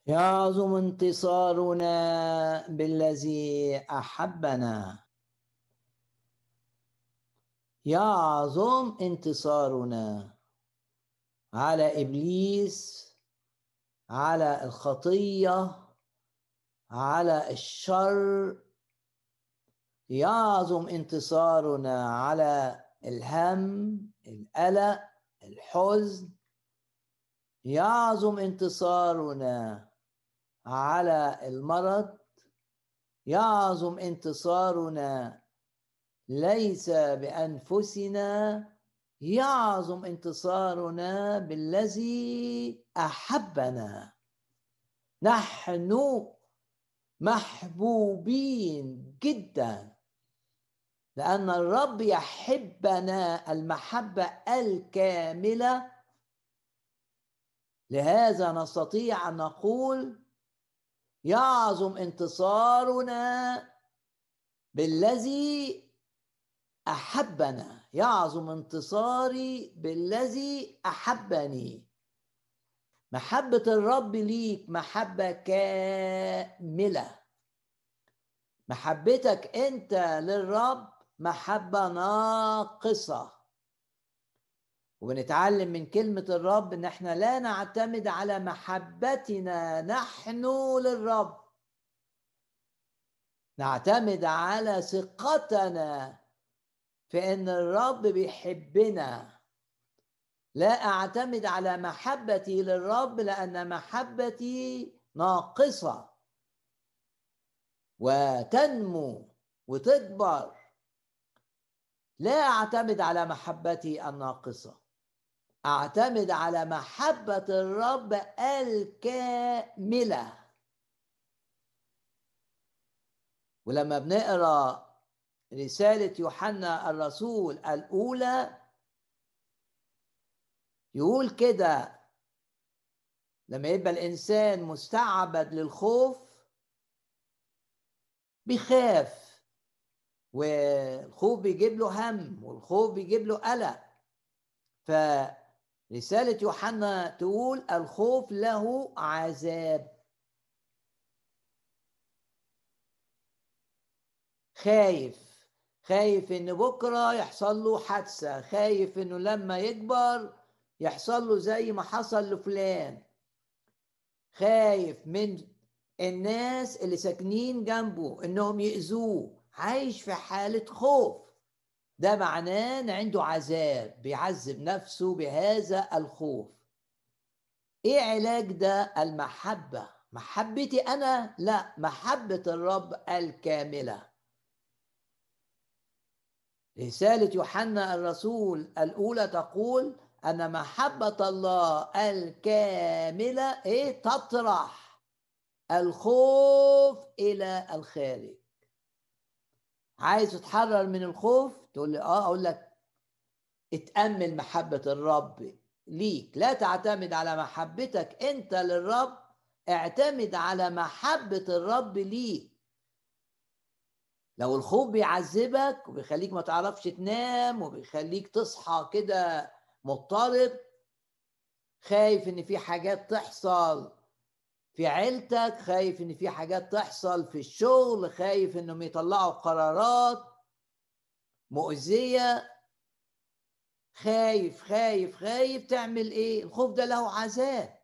يعظم انتصارنا بالذي أحبنا. يعظم انتصارنا على إبليس، على الخطية، على الشر. يعظم انتصارنا على الهم، القلق، الحزن. يعظم انتصارنا على المرض. يعظم انتصارنا ليس بأنفسنا، يعظم انتصارنا بالذي أحبنا. نحن محبوبين جدا لأن الرب يحبنا المحبة الكاملة. لهذا نستطيع أن نقول يعظم انتصارنا بالذي أحبنا. يعظم انتصاري بالذي أحبني. محبة الرب ليك محبة كاملة. محبتك أنت للرب محبة ناقصة. وبنتعلم من كلمة الرب إن احنا لا نعتمد على محبتنا نحن للرب، نعتمد على ثقتنا في إن الرب بيحبنا. لا أعتمد على محبتي للرب لأن محبتي ناقصة وتنمو وتكبر. لا أعتمد على محبتي الناقصة، أعتمد على محبة الرب الكاملة. ولما بنقرأ رسالة يوحنا الرسول الأولى يقول كده: لما يبقى الإنسان مستعبد للخوف بيخاف، والخوف بيجيب له هم، والخوف بيجيب له قلق. فرسالة يوحنا تقول الخوف له عذاب. خايف ان بكرة يحصل له حادثة، خايف انه لما يكبر يحصل له زي ما حصل لفلان، خايف من الناس اللي ساكنين جنبه انهم يأذوه، عايش في حالة خوف. ده معناه ان عنده عذاب، بيعذب نفسه بهذا الخوف. ايه علاج ده؟ المحبة. محبتي انا؟ لا، محبة الرب الكاملة. رسالة يوحنا الرسول الأولى تقول أن محبة الله الكاملة تطرح الخوف إلى الخارج. عايز تتحرر من الخوف؟ تقول لي أقول لك اتأمل محبة الرب ليك. لا تعتمد على محبتك أنت للرب، اعتمد على محبة الرب ليك. لو الخوف بيعذبك وبيخليك ما تعرفش تنام وبيخليك تصحى كده مضطرب، خايف ان في حاجات تحصل في عيلتك، خايف ان في حاجات تحصل في الشغل، خايف انهم يطلعوا قرارات مؤذية، خايف تعمل ايه؟ الخوف ده له عذاب.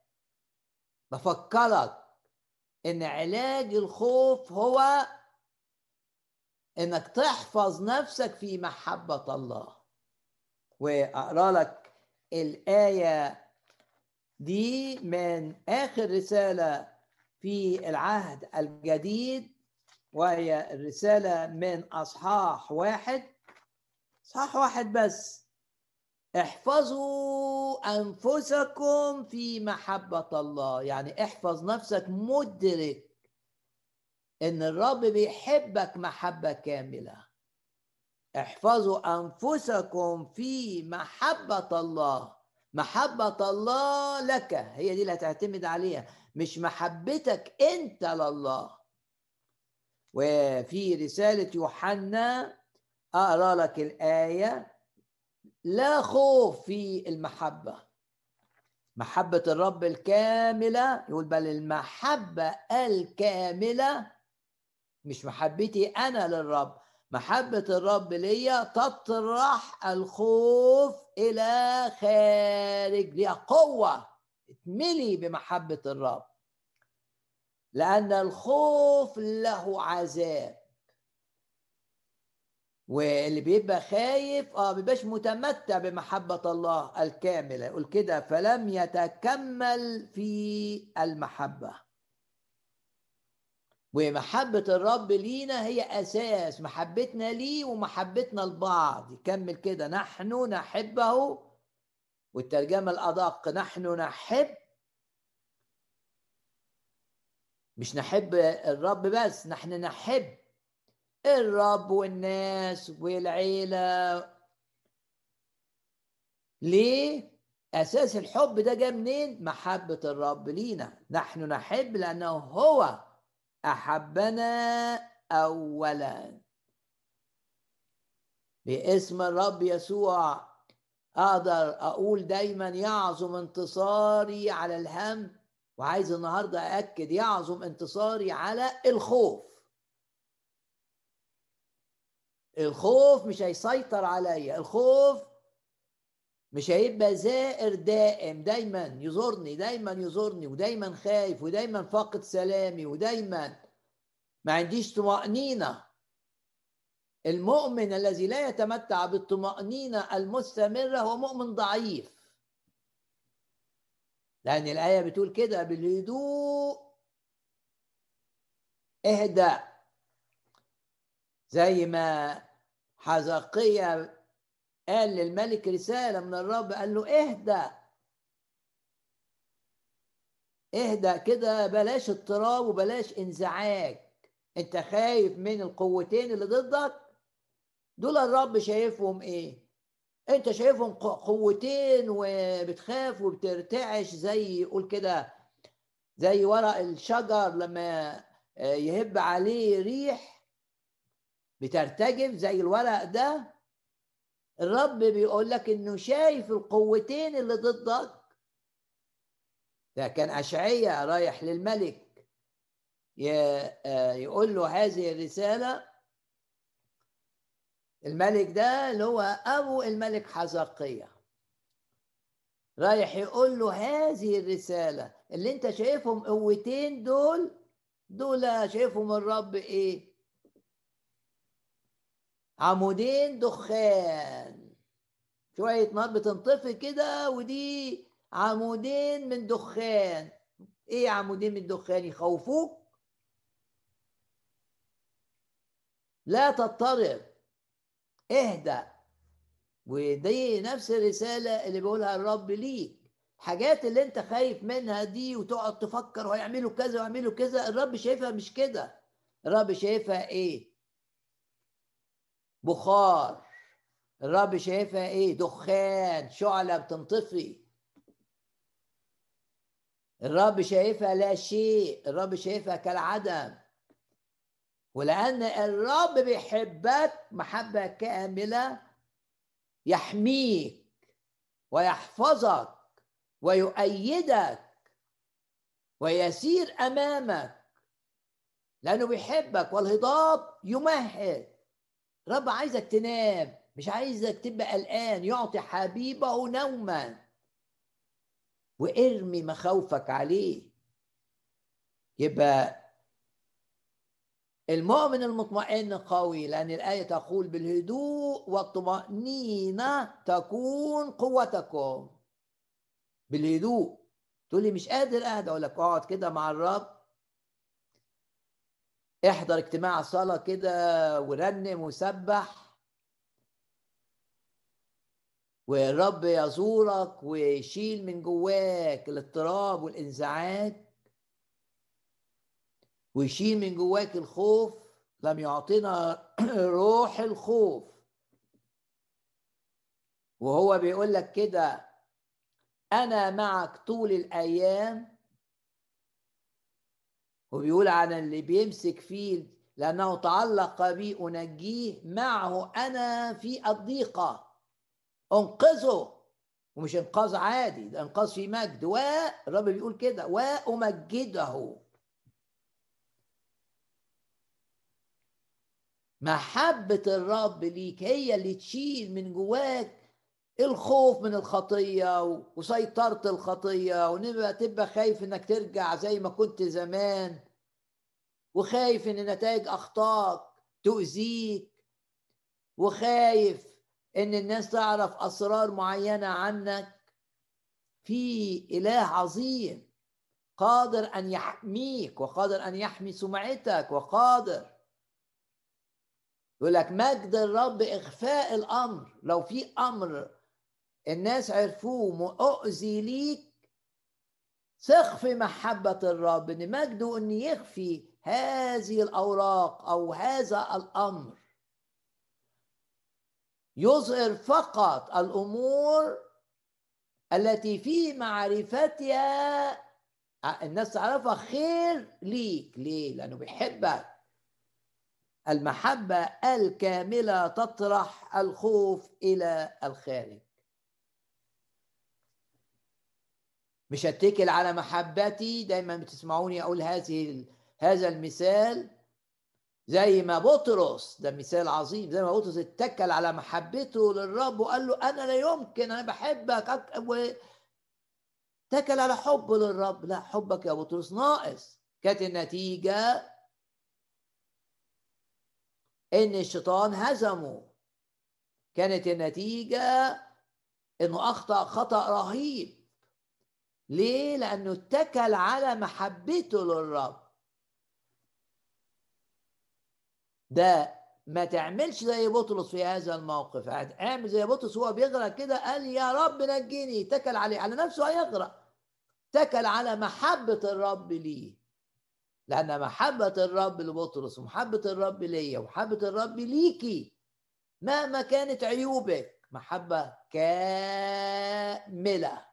بفكرك ان علاج الخوف هو انك تحفظ نفسك في محبة الله. واقرا لك الآية دي من آخر رسالة في العهد الجديد، وهي الرسالة من أصحاح واحد بس: احفظوا أنفسكم في محبة الله. يعني احفظ نفسك مدرك إن الرب بيحبك محبة كاملة. احفظوا أنفسكم في محبة الله. محبة الله لك هي دي اللي هتعتمد عليها، مش محبتك أنت لله. وفي رسالة يوحنا أقرأ لك الآية: لا خوف في المحبة. محبة الرب الكاملة، يقول بل المحبة الكاملة، مش محبتي أنا للرب، محبة الرب ليا تطرح الخوف إلى خارج، ليها قوة، اتملي بمحبة الرب، لأن الخوف له عذاب. واللي بيبقى خايف بيبقاش متمتع بمحبة الله الكاملة، يقول كده فلم يتكمل في المحبة. ومحبة الرب لينا هي أساس محبتنا ليه ومحبتنا لبعض. يكمل كده نحن نحبه، والترجمة الأدق نحن نحب، مش نحب الرب بس، نحن نحب الرب والناس والعيلة. ليه؟ أساس الحب ده جاء منين؟ محبة الرب لينا. نحن نحب لأنه هو أحبنا أولا. باسم الرب يسوع أقدر أقول دايما يعظم انتصاري على الهم، وعايز النهاردة أأكد يعظم انتصاري على الخوف. الخوف مش هيسيطر عليا، الخوف مش هيبقى زائر دائم، دايما يزورني، دايما يزورني، ودايما خايف، ودايما فاقد سلامي، ودايما ما عنديش طمأنينة. المؤمن الذي لا يتمتع بالطمأنينة المستمرة هو مؤمن ضعيف، لأن الآية بتقول كده بالهدوء اهدأ. زي ما حزقية قال للملك رسالة من الرب، قال له اهدأ اهدأ كده، بلاش اضطراب وبلاش انزعاج. انت خايف من القوتين اللي ضدك دول، الرب شايفهم ايه؟ انت شايفهم قوتين وبتخاف وبترتعش، زي يقول كده زي ورق الشجر لما يهب عليه ريح بترتجف زي الورق ده. الرب بيقول لك انه شايف القوتين اللي ضدك. ده كان أشعية رايح للملك يقول له هذه الرسالة. الملك ده اللي هو أبو الملك حزقية رايح يقول له هذه الرسالة اللي انت شايفهم قوتين دول شايفهم الرب ايه؟ عمودين دخان، شوية نار بتنطفي كده، ودي عمودين من دخان. ايه عمودين من دخان؟ يخوفوك. لا تضطرب، اهدأ. ودي نفس الرسالة اللي بيقولها الرب ليك. حاجات اللي انت خايف منها دي وتقعد تفكر ويعملوا كذا ويعملوا كذا، الرب شايفها مش كده. الرب شايفها ايه؟ بخار. الرب شايفها ايه؟ دخان، شعلة بتنطفي. الرب شايفها لا شيء، الرب شايفها كالعدم. ولأن الرب بيحبك محبة كاملة، يحميك ويحفظك ويؤيدك ويسير أمامك، لأنه بيحبك. والهضاب يمهد. رب عايزك تنام، مش عايزك تبقى قلقان. يعطي حبيبه نوما، وارمي مخاوفك عليه. يبقى المؤمن المطمئن قوي، لأن الآية تقول بالهدوء والطمأنينة تكون قوتكم. بالهدوء. تقول لي مش قادر أهدى، أقول لك اقعد كده مع الرب، احضر اجتماع صلاة كده ورنم وسبح، والرب يزورك ويشيل من جواك الاضطراب والانزعاج، ويشيل من جواك الخوف. لم يعطينا روح الخوف. وهو بيقول لك كده أنا معك طول الأيام. وبيقول عن اللي بيمسك فيه لأنه تعلق بي أنجيه، معه أنا في الضيقة أنقذه. ومش انقاذ عادي، ده انقاذ في مجد، والرب بيقول كده وامجده. محبة الرب ليك هي اللي تشيل من جواك الخوف من الخطية وسيطرة الخطية، تبقى خايف انك ترجع زي ما كنت زمان، وخايف ان نتائج اخطائك تؤذيك، وخايف ان الناس تعرف اسرار معينة عنك. في اله عظيم قادر ان يحميك، وقادر ان يحمي سمعتك، وقادر يقول لك مجد الرب اخفاء الامر. لو في امر الناس عرفوه مؤذي ليك، ثق في محبة الرب ان مجده ان يخفي هذه الاوراق او هذا الامر، يظهر فقط الامور التي في معرفتها الناس تعرفها خير ليك. ليه؟ لانه بيحبك. المحبة الكاملة تطرح الخوف الى الخارج. مش هتكل على محبتي. دايما بتسمعوني اقول هذا المثال، زي ما بطرس، ده مثال عظيم، زي ما بطرس اتكل على محبته للرب وقال له انا لا يمكن، انا بحبك، اتكل على حبه للرب. لا، حبك يا بطرس ناقص. كانت النتيجة ان الشيطان هزمه. كانت النتيجة انه اخطأ خطأ رهيب. ليه؟ لانه اتكل على محبته للرب. ده ما تعملش زي بطرس في هذا الموقف. اعمل زي بطرس هو بيغرق كده، قال يا رب نجيني، اتكل عليه، على نفسه هيغرق. اتكل على محبة الرب ليه. لأن محبة الرب لبطرس ومحبة الرب ليا ومحبة الرب ليكي مهما كانت عيوبك محبة كاملة.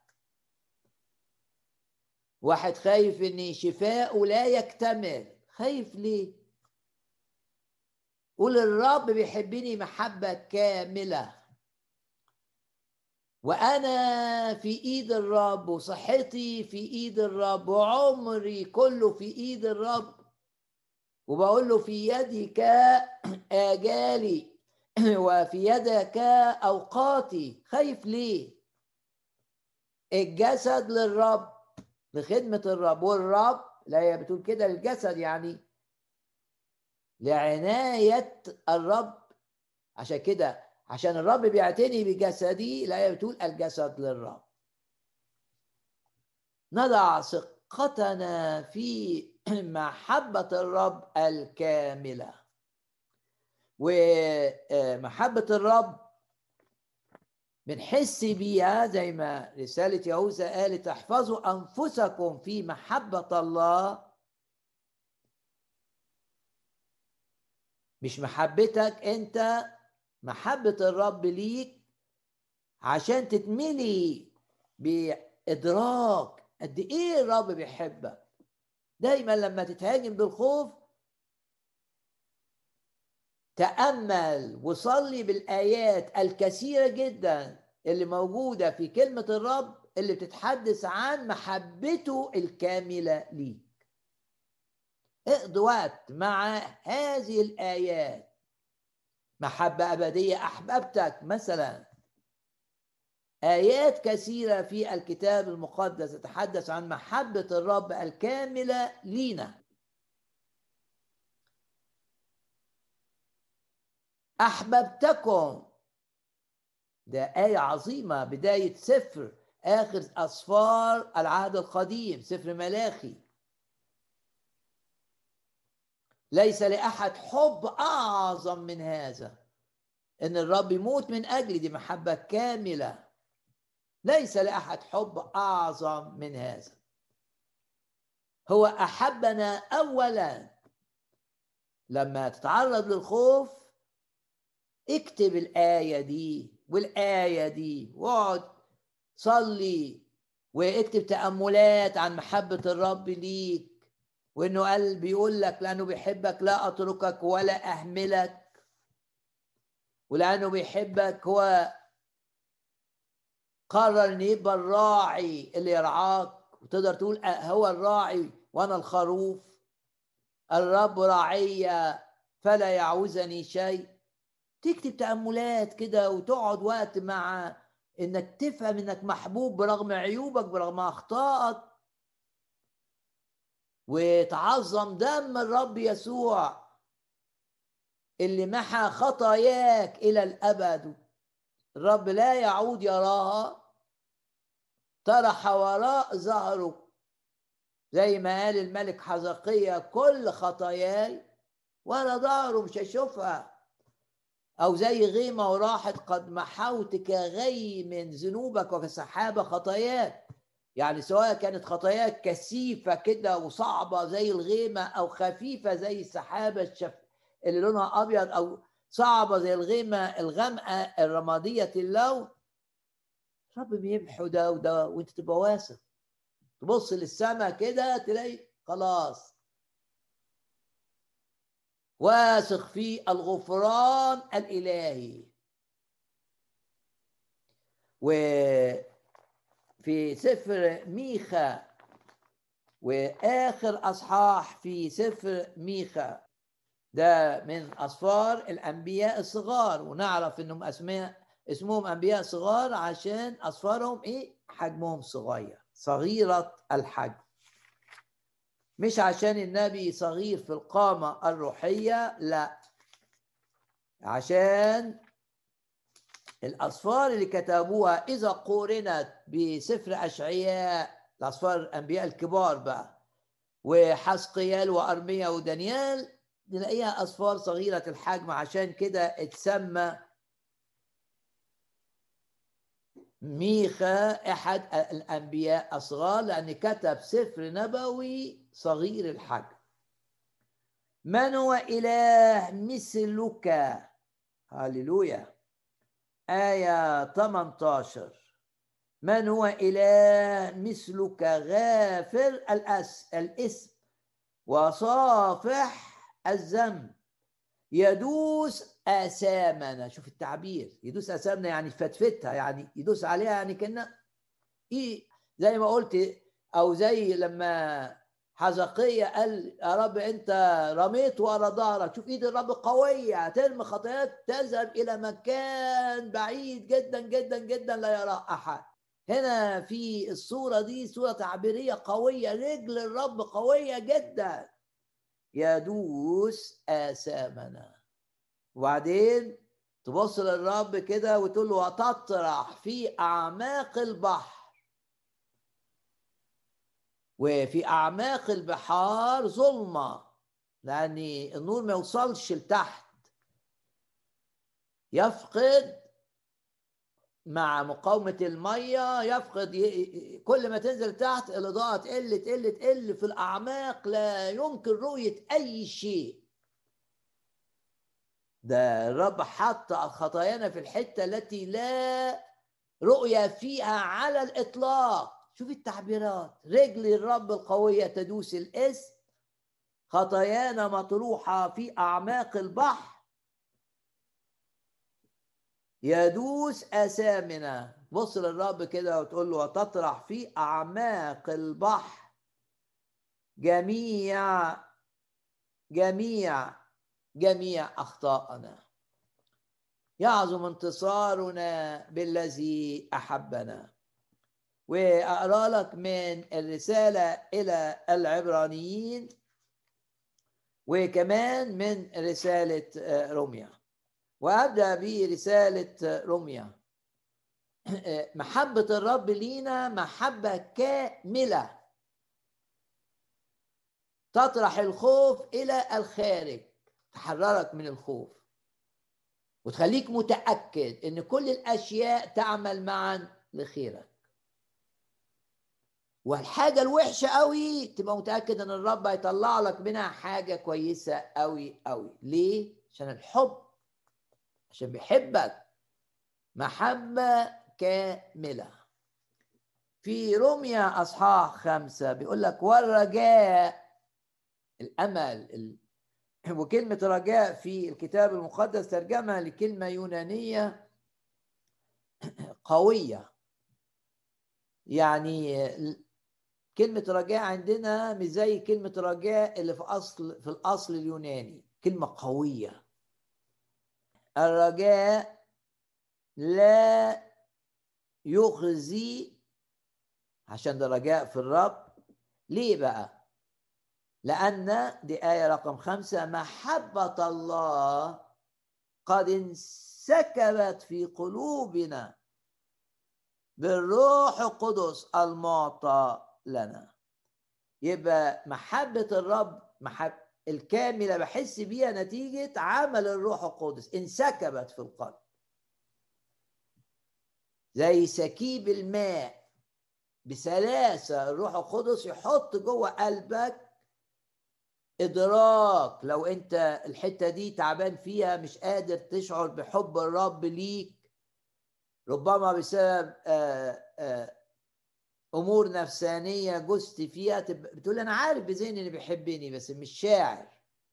واحد خايف ان شفاءه لا يكتمل. خايف ليه؟ قول الرب بيحبني محبة كاملة، وأنا في إيد الرب، وصحتي في إيد الرب، وعمري كله في إيد الرب. وبقول له في يدك آجالي وفي يدك أوقاتي. خايف ليه؟ الجسد للرب، لخدمة الرب، والرب لا هي بتقول كده للجسد يعني لعناية الرب. عشان كده عشان الرب بيعتني بجسدي، لا هي بتقول الجسد للرب. نضع ثقتنا في محبة الرب الكاملة. ومحبة الرب بنحس بيها زي ما رسالة يهوذا قالت احفظوا أنفسكم في محبة الله. مش محبتك أنت، محبة الرب ليك، عشان تتملي بإدراك قد إيه الرب بيحبك. دايما لما تتهاجم بالخوف تأمل وصلي بالآيات الكثيرة جدا اللي موجودة في كلمة الرب اللي بتتحدث عن محبته الكاملة ليك. اقضي وقت مع هذه الآيات. محبة أبدية أحببتك مثلا. آيات كثيرة في الكتاب المقدس تتحدث عن محبة الرب الكاملة لينا. أحببتكم، ده آية عظيمة، بداية سفر آخر أسفار العهد القديم، سفر ملاخي. ليس لأحد حب أعظم من هذا، إن الرب يموت من أجلي. دي محبة كاملة. ليس لأحد حب أعظم من هذا. هو أحبنا أولا. لما تتعرض للخوف اكتب الآية دي والآية دي، واقعد صلي واكتب تأملات عن محبة الرب ليك، وإنه قال بيقول لك لأنه بيحبك لا أتركك ولا أهملك، ولأنه بيحبك هو قرر ان يبقى الراعي اللي يرعاك، وتقدر تقول هو الراعي وانا الخروف. الرب راعي فلا يعوزني شيء. تكتب تأملات كده وتقعد وقت مع انك تفهم انك محبوب برغم عيوبك برغم اخطائك، وتعظم دم الرب يسوع اللي محى خطاياك الى الابد. الرب لا يعود يراها، طرح وراء ظهره زي ما قال الملك حزقية كل خطاياي ولا ظهره مش هشوفها. أو زي غيمة وراحت قد محوت كغي من ذنوبك وكسحابة خطاياك. يعني سواء كانت خطاياك كثيفة كده وصعبة زي الغيمة، أو خفيفة زي السحابة اللي لونها أبيض، أو صعبة زي الغيمة الغامقة الرمادية اللون، رب بيمحو ده وده وانت تبقى واثق. تبص للسماء كده تلاقي خلاص واثق في الغفران الإلهي. وفي سفر ميخا، وآخر أصحاح في سفر ميخا ده من أسفار الأنبياء الصغار، ونعرف إنهم اسمهم أنبياء صغار عشان أسفارهم إيه؟ حجمهم صغيرة الحجم، مش عشان النبي صغير في القامة الروحية، لا، عشان الأسفار اللي كتبوها إذا قورنت بسفر أشعياء، الأسفار الأنبياء الكبار بقى، وحسقيال وأرميا ودانيال، نلاقيها أسفار صغيرة الحجم. عشان كده اتسمى ميخا أحد الأنبياء الصغار، لأن كتب سفر نبوي صغير الحجم. من هو إله مثلك؟ هاليلويا. آية 18: من هو إله مثلك غافر الإثم وصافح الذنب يدوس آثامنا. شوف التعبير، يدوس آثامنا يعني فتفتها، يعني يدوس عليها، يعني كأنه إيه، زي ما قلت، أو زي لما حزقية قال يا رب أنت رميت ورا ظهرك، شوف إيد الرب قوية ترمي خطاياك تذهب إلى مكان بعيد جدا جدا جدا لا يراه أحد. هنا في الصورة دي صورة تعبيرية قوية، رجل الرب قوية جدا يدوس آثامنا. وبعدين تبص للرب كده وتقول له وتطرح في أعماق البحر. وفي أعماق البحار ظلمة، لأن النور ما يوصلش لتحت، يفقد مع مقاومة المية، يفقد كل ما تنزل تحت الإضاءة تقل في الأعماق، لا يمكن رؤية أي شيء. ده الرب حط خطايانا في الحتة التي لا رؤية فيها على الإطلاق. شوف التعبيرات، رجل الرب القوية تدوس الإثم، خطايانا مطروحة في أعماق البحر يدوس آثامنا. بص للرب كده وتقول له وتطرح في أعماق البحر جميع جميع جميع أخطاءنا. يعظم انتصارنا بالذي أحبنا. وأقرأ لك من الرسالة إلى العبرانيين، وكمان من رسالة روميا. وأبدأ برسالة روميا. محبة الرب لينا محبة كاملة تطرح الخوف إلى الخارج، تحررك من الخوف وتخليك متأكد إن كل الأشياء تعمل معا لخيرك. والحاجة الوحشة قوي تبقى متأكد إن الرب هيطلع لك منها حاجة كويسة قوي قوي. ليه؟ عشان الحب، عشان بيحبك محبة كاملة. في روميا أصحاح 5 بيقول لك والرجاء، الأمل. وكلمة رجاء في الكتاب المقدس ترجمها لكلمة يونانية قوية، يعني كلمة رجاء عندنا مش زي كلمة رجاء اللي في الأصل اليوناني، كلمة قوية. الرجاء لا يخزي، عشان ده رجاء في الرب. ليه بقى؟ لأن دي آية رقم 5: محبة الله قد انسكبت في قلوبنا بالروح القدس المعطى لنا. يبقى محبة الرب الكاملة بحس بيها نتيجة عمل الروح القدس، انسكبت في القلب زي سكيب الماء بسلاسة. الروح القدس يحط جوه قلبك إدراك. لو أنت الحتة دي تعبان فيها، مش قادر تشعر بحب الرب ليك، ربما بسبب أمور نفسانية جزت فيها، بتقول أنا عارف بذهني إني بيحبني بس مش شاعر.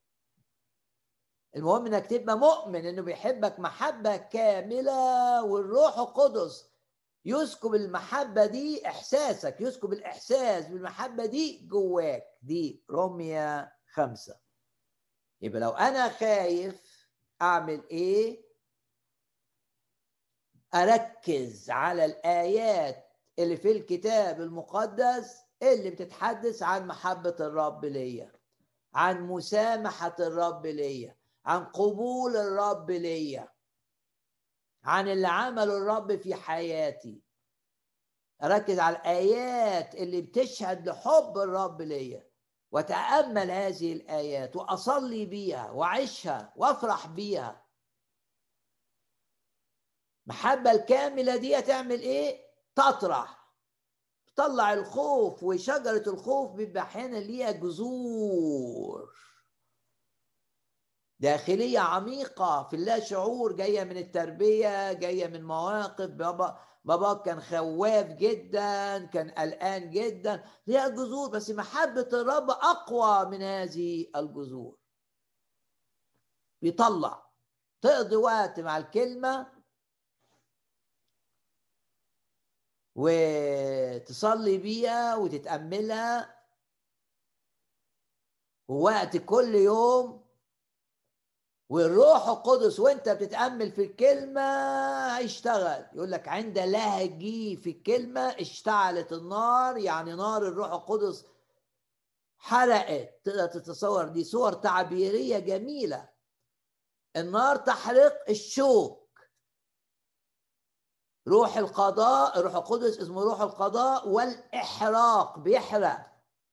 المهم إنك تبقى مؤمن إنه بيحبك محبة كاملة، والروح القدس يسكب المحبة دي، إحساسك يسكب الإحساس بالمحبة دي جواك. دي رومية 5. يبقى لو أنا خايف أعمل إيه؟ أركز على الآيات اللي في الكتاب المقدس اللي بتتحدث عن محبة الرب ليا، عن مسامحة الرب ليا، عن قبول الرب ليا، عن اللي عمله الرب في حياتي. أركز على الآيات اللي بتشهد لحب الرب ليا، وأتأمل هذه الآيات وأصلي بيها وأعيشها وأفرح بيها. المحبة الكاملة دي تعمل إيه؟ تطرح، تطلع الخوف. وشجرة الخوف بيبقى أحيانا ليها جذور داخلية عميقة في اللا شعور، جاية من التربية، جاية من مواقف. بابا كان خواف جدا، كان قلقان جدا، ليها جذور. بس محبة الرب أقوى من هذه الجذور. بيطلع، تقضي وقت مع الكلمة وتصلي بيها وتتأملها، ووقت كل يوم، والروح القدس وانت بتتأمل في الكلمة هيشتغل. يقول لك عند لهجي في الكلمة اشتعلت النار، يعني نار الروح القدس حرقت. تقدر تتصور، دي صور تعبيرية جميلة. النار تحرق الشوك. روح القضاء، الروح القدس اسمه روح القضاء والإحراق، بيحرق.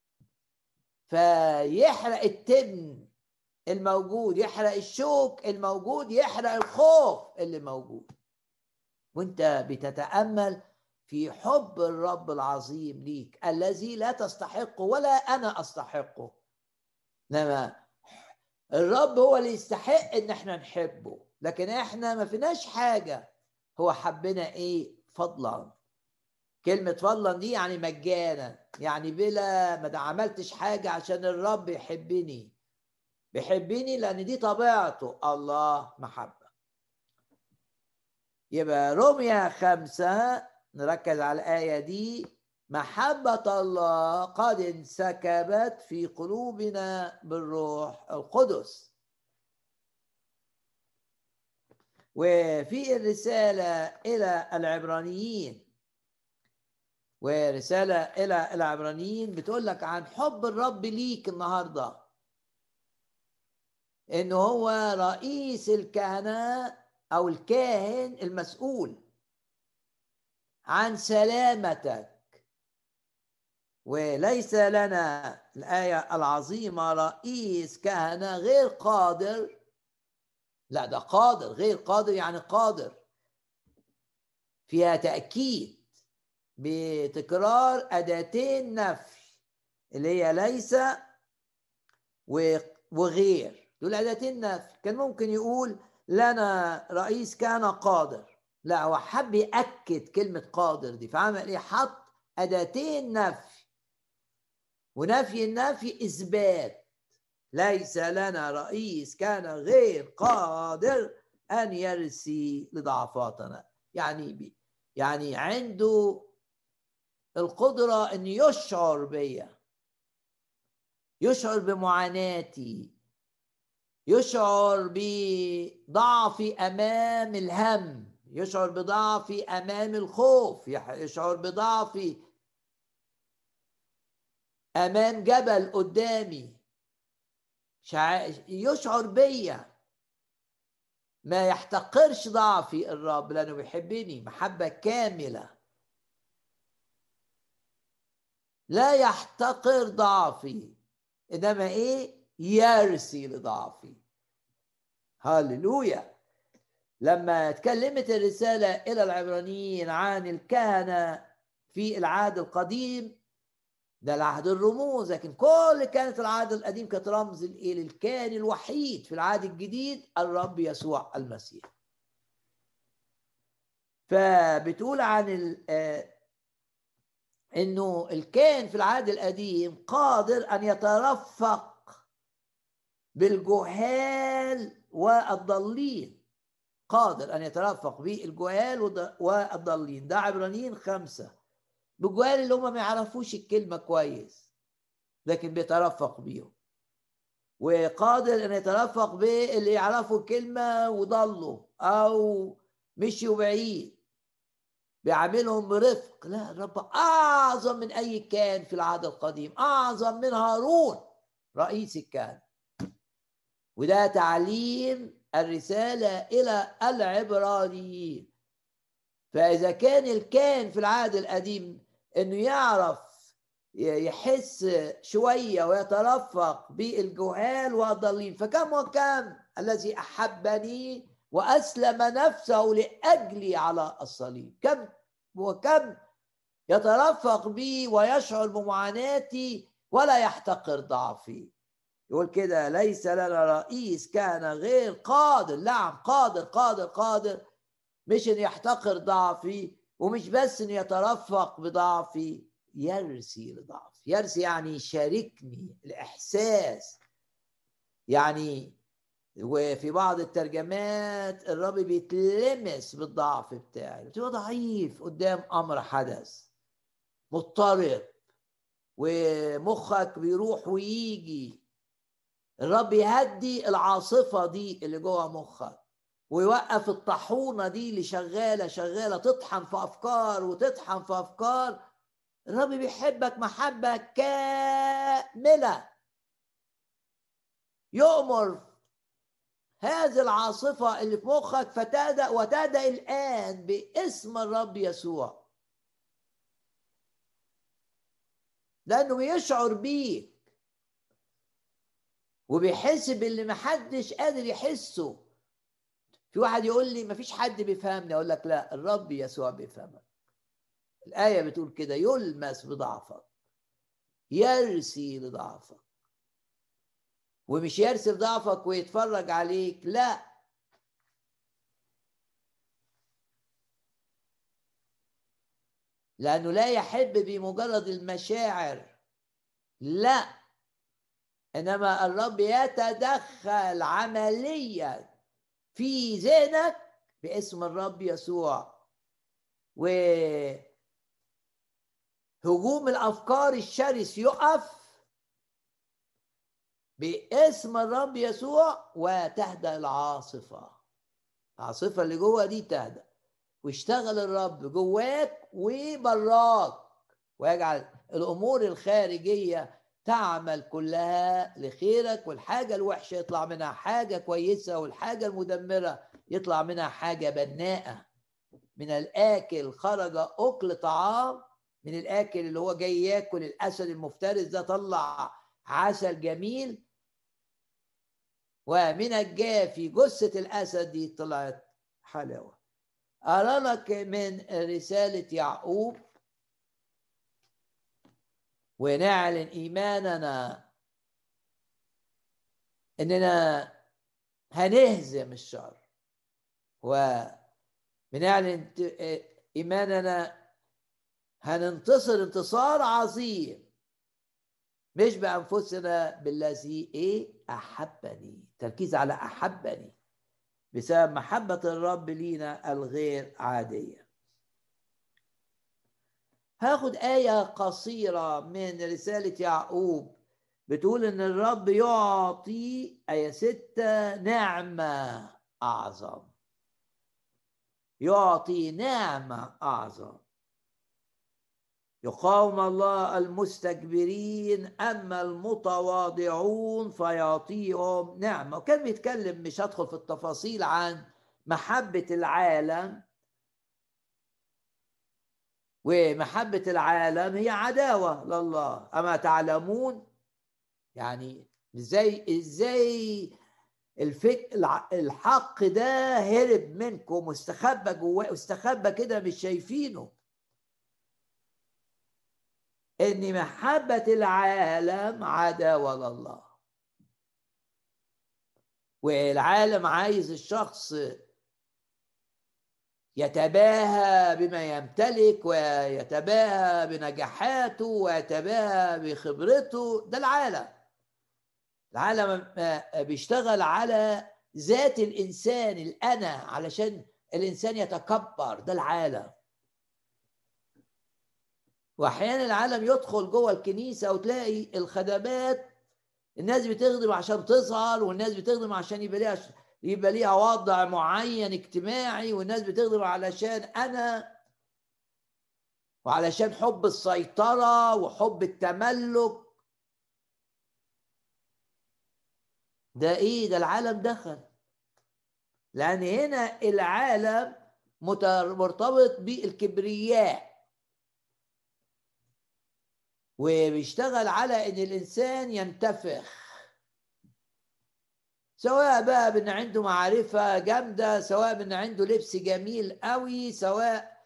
فيحرق التبن الموجود، يحرق الشوك الموجود، يحرق الخوف اللي موجود. وانت بتتأمل في حب الرب العظيم ليك الذي لا تستحقه ولا أنا أستحقه، انما الرب هو اللي يستحق ان احنا نحبه، لكن احنا ما فيناش حاجة. هو حبنا ايه؟ فضلا. كلمة فضلا دي يعني مجانا، يعني بلا ما عملتش حاجة عشان الرب يحبني. بيحبني لأن دي طبيعته، الله محبة. يبقى رومية 5 نركز على الآية دي: محبة الله قد انسكبت في قلوبنا بالروح القدس. وفي الرسالة إلى العبرانيين، ورسالة إلى العبرانيين بتقول لك عن حب الرب ليك النهاردة، إنه هو رئيس الكهنة أو الكاهن المسؤول عن سلامتك. وليس لنا، الآية العظيمة، رئيس كهنة غير قادر. لا، ده قادر. غير قادر يعني قادر، فيها تأكيد بتكرار أداتين نفي اللي هي ليس وغير. دول أداتين نفي. كان ممكن يقول لنا رئيس كان قادر، لا، هو حب يأكد كلمة قادر دي، فعمل ايه؟ حط أداتين نفي، ونفي النفي إثبات. ليس لنا رئيس كان غير قادر أن يرثي لضعفاتنا. يعني عنده القدرة ان يشعر بيا، يشعر بمعاناتي، يشعر بضعفي امام الهم، يشعر بضعفي امام الخوف، يشعر بضعفي امام جبل قدامي، يشعر بيا. ما يحتقرش ضعفي الرب لانه بيحبني محبة كاملة. لا يحتقر ضعفي، انما ايه؟ يرثي لضعفي. هاللويا. لما اتكلمت الرسالة الى العبرانيين عن الكهنة في العهد القديم، ده العهد الرموز، لكن كل كانت العهد القديم كانت رمز للكاهن الوحيد في العهد الجديد الرب يسوع المسيح. فبتقول عن انه الكاهن في العهد القديم قادر ان يترفق بالجهال والضالين، قادر ان يترفق بالجهال والضالين. ده عبرانيين 5. بالجهال اللي هم ما يعرفوش الكلمة كويس لكن بيترفق بيهم، وقادر ان يترفق باللي يعرفوا الكلمة وضلوا او مشيوا بعيد، بيعاملهم برفق. لا، الرب اعظم من اي كان في العهد القديم، اعظم من هارون رئيس الكهنة. وده تعليم الرسالة الى العبرانيين. فاذا كان الكاهن في العهد القديم انه يعرف يحس شوية ويترفق بالجهال والضالين، فكم وكم الذي أحبني وأسلم نفسه لأجلي على الصليب. كم وكم يترفق بي ويشعر بمعاناتي ولا يحتقر ضعفي. يقول كده: ليس لنا رئيس كان غير قادر. نعم، قادر قادر قادر، مش ان يحتقر ضعفي، ومش بس ان يترفق بضعفي، يرثي لضعفي. يرثي يعني يشاركني الإحساس. يعني وفي بعض الترجمات الرب بيتلمس بالضعف بتاعي، بتبقى ضعيف قدام أمر حدث، مضطرب ومخك بيروح ويجي. الرب يهدي العاصفة دي اللي جوه مخك، ويوقف الطاحونة دي اللي شغالة تطحن في أفكار وتطحن في أفكار. الرب بيحبك محبة كاملة، يؤمر هذه العاصفة اللي في مخك فتهدأ، وتهدأ الآن باسم الرب يسوع، لأنه بيشعر بيك وبيحس باللي محدش قادر يحسه. في واحد يقول لي مفيش حد بيفهمني، أقول لك لا، الرب يسوع بيفهمك. الآية بتقول كده: يلمس بضعفك، يرثي لضعفك. ومش يرثي لضعفك ويتفرج عليك، لا، لأنه لا يحب بمجرد المشاعر، لا، إنما الرب يتدخل عمليا في ذهنك باسم الرب يسوع. وهجوم الأفكار الشرس يقف باسم الرب يسوع، وتهدأ العاصفة. العاصفة اللي جوه دي تهدأ، واشتغل الرب جواك وبراك، ويجعل الأمور الخارجية تعمل كلها لخيرك، والحاجة الوحشة يطلع منها حاجة كويسة، والحاجة المدمرة يطلع منها حاجة بناءة. من الآكل خرج أكل طعام، من الآكل اللي هو جاي ياكل الأسد المفترس ده طلع عسل جميل، ومن الجافي جثة الأسد دي طلعت حلاوة. أرى لك من رسالة يعقوب، ونعلن إيماننا إننا هنهزم الشر، وبنعلن إيماننا هننتصر انتصار عظيم، مش بأنفسنا، بالذي أحبني. تركيز على أحبني بسبب محبة الرب لينا الغير عادية. هاخد آية قصيرة من رسالة يعقوب بتقول إن الرب يعطي آية 6 نعمة أعظم. يعطي نعمة أعظم. يقاوم الله المستكبرين أما المتواضعون فيعطيهم نعمة. وكان بيتكلم، مش هدخل في التفاصيل، عن محبة العالم، ومحبة العالم هي عداوة لله. أما تعلمون، يعني ازاي الحق ده هرب منكم واستخبى جواه، واستخبى كده مش شايفينه، ان محبة العالم عداوة لله. والعالم عايز الشخص يتباهى بما يمتلك، ويتباهى بنجاحاته، ويتباهى بخبرته. ده العالم بيشتغل على ذات الإنسان، الأنا، علشان الإنسان يتكبر. ده العالم. وأحيانا العالم يدخل جوه الكنيسة وتلاقي الخدمات، الناس بتخدم عشان تظهر، والناس بتخدم عشان يبقى ليها وضع معين اجتماعي، والناس بتخدم علشان أنا، وعلشان حب السيطرة وحب التملك. ده إيه؟ ده العالم دخل. لأن هنا العالم مرتبط بالكبرياء، وبيشتغل على ان الانسان ينتفخ، سواء بقى بان عنده معرفة جامدة، سواء بان عنده لبس جميل قوي، سواء.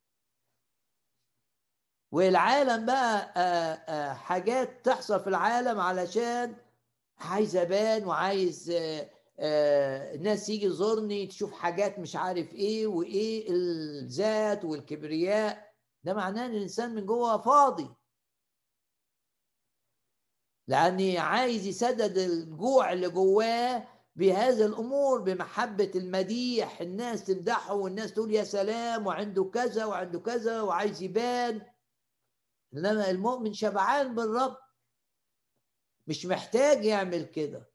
والعالم بقى حاجات تحصل في العالم علشان عايز ابان، وعايز الناس يجي يزورني تشوف حاجات مش عارف ايه وايه، الذات والكبرياء. ده معناه ان الانسان من جوه فاضي، لأني عايز يسدد الجوع اللي جواه بهذه الأمور، بمحبة المديح، الناس تمدحه والناس تقول يا سلام وعنده كذا وعنده كذا وعايز يبان. إنما المؤمن شبعان بالرب، مش محتاج يعمل كده،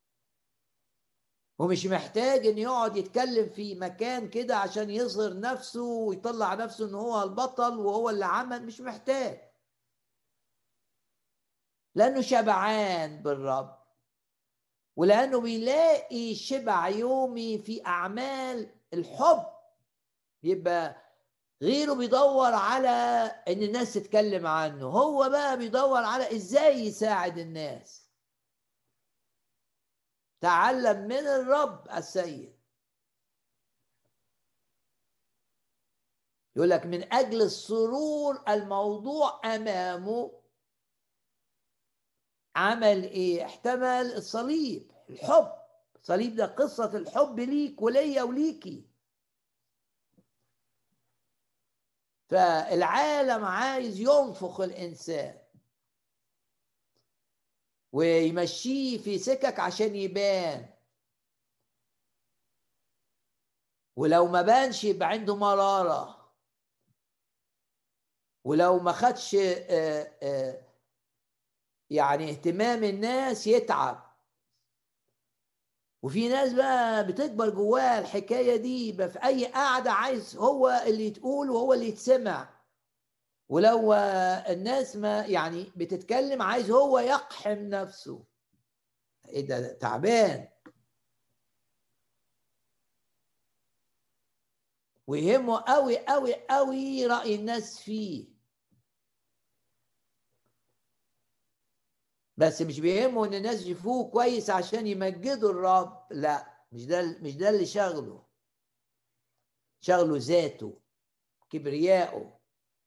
ومش محتاج إن يقعد يتكلم في مكان كده عشان يظهر نفسه ويطلع نفسه إن هو البطل وهو اللي عمل. مش محتاج، لأنه شبعان بالرب، ولأنه بيلاقي شبع يومي في أعمال الحب. يبقى غيره بيدور على إن الناس تتكلم عنه، هو بقى بيدور على إزاي يساعد الناس. تعلم من الرب السيد، يقول لك من أجل السرور الموضوع أمامه عمل إيه؟ احتمل الصليب، الحب. الصليب ده قصة الحب ليك وليا وليكي. فالعالم عايز ينفخ الإنسان ويمشيه في سكك عشان يبان، ولو ما بانش يبقى عنده مرارة، ولو ما خدش يعني اهتمام الناس يتعب. وفي ناس بقى بتكبر جواها الحكاية دي، يبقى في أي قعدة عايز هو اللي يتقول وهو اللي يتسمع، ولو الناس ما يعني بتتكلم عايز هو يقحم نفسه. ايه ده؟ تعبان. ويهمه قوي قوي قوي رأي الناس فيه، بس مش بيهمه ان الناس يشوفوه كويس عشان يمجدوا الرب. لا، مش ده اللي شغله ذاته، كبرياءه.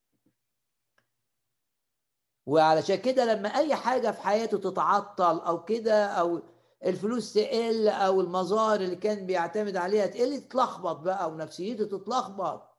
وعلشان كده لما اي حاجة في حياته تتعطل او كده، او الفلوس تقل، او المظاهر اللي كان بيعتمد عليها تقل، تتلخبط بقى ونفسيته تتلخبط،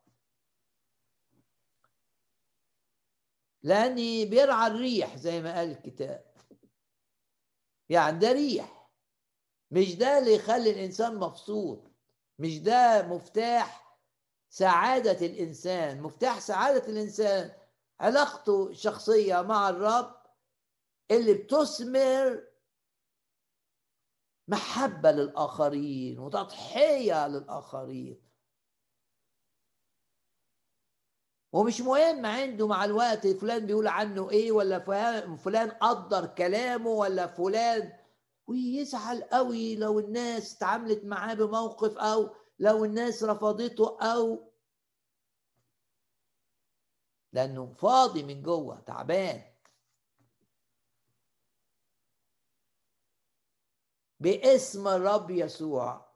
لاني بيرعى الريح زي ما قال الكتاب. يعني ده ريح، مش ده اللي يخلي الانسان مبسوط، مش ده مفتاح سعادة الانسان. مفتاح سعادة الانسان علاقته الشخصية مع الرب اللي بتثمر محبة للآخرين وتضحية للآخرين، ومش مهم عنده مع الوقت فلان بيقول عنه ايه، ولا فلان قدر كلامه، ولا فلان، ويزعل قوي لو الناس اتعاملت معاه بموقف، او لو الناس رفضته، او لانه فاضي من جوه تعبان. باسم الرب يسوع